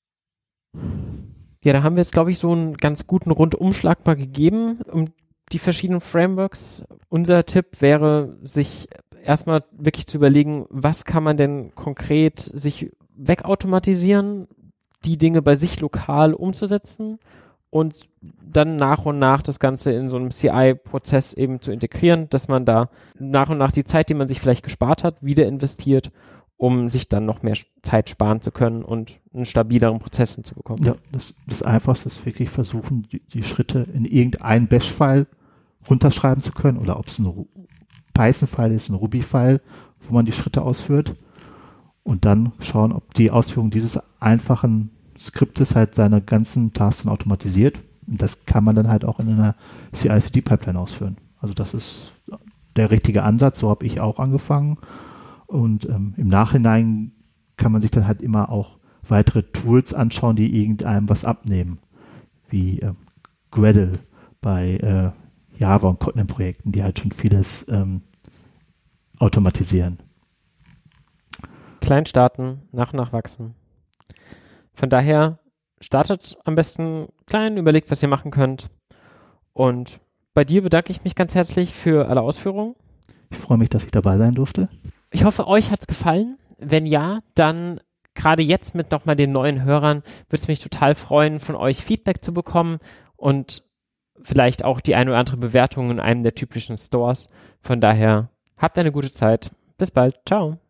Ja, da haben wir jetzt, glaube ich, so einen ganz guten Rundumschlag mal gegeben, um die verschiedenen Frameworks. Unser Tipp wäre, sich erstmal wirklich zu überlegen, was kann man denn konkret sich wegautomatisieren, die Dinge bei sich lokal umzusetzen und dann nach und nach das Ganze in so einem C I-Prozess eben zu integrieren, dass man da nach und nach die Zeit, die man sich vielleicht gespart hat, wieder investiert, um sich dann noch mehr Zeit sparen zu können und einen stabileren Prozess hinzubekommen. Ja, das, das Einfachste ist wirklich versuchen, die, die Schritte in irgendeinen Bash-File runterschreiben zu können oder ob es ein Python-File ist, ein Ruby-File, wo man die Schritte ausführt und dann schauen, ob die Ausführung dieses einfachen Skriptes halt seine ganzen Tasks dann automatisiert. Und das kann man dann halt auch in einer C I C D-Pipeline ausführen. Also das ist der richtige Ansatz, so habe ich auch angefangen. Und ähm, im Nachhinein kann man sich dann halt immer auch weitere Tools anschauen, die irgendeinem was abnehmen. Wie äh, Gradle bei äh, Java und Kotlin-Projekten, die halt schon vieles ähm, automatisieren. Klein starten, nach und nach wachsen. Von daher startet am besten klein, überlegt, was ihr machen könnt. Und bei dir bedanke ich mich ganz herzlich für alle Ausführungen. Ich freue mich, dass ich dabei sein durfte. Ich hoffe, euch hat es gefallen. Wenn ja, dann gerade jetzt mit nochmal den neuen Hörern würde es mich total freuen, von euch Feedback zu bekommen und vielleicht auch die eine oder andere Bewertung in einem der typischen Stores. Von daher, habt eine gute Zeit. Bis bald. Ciao.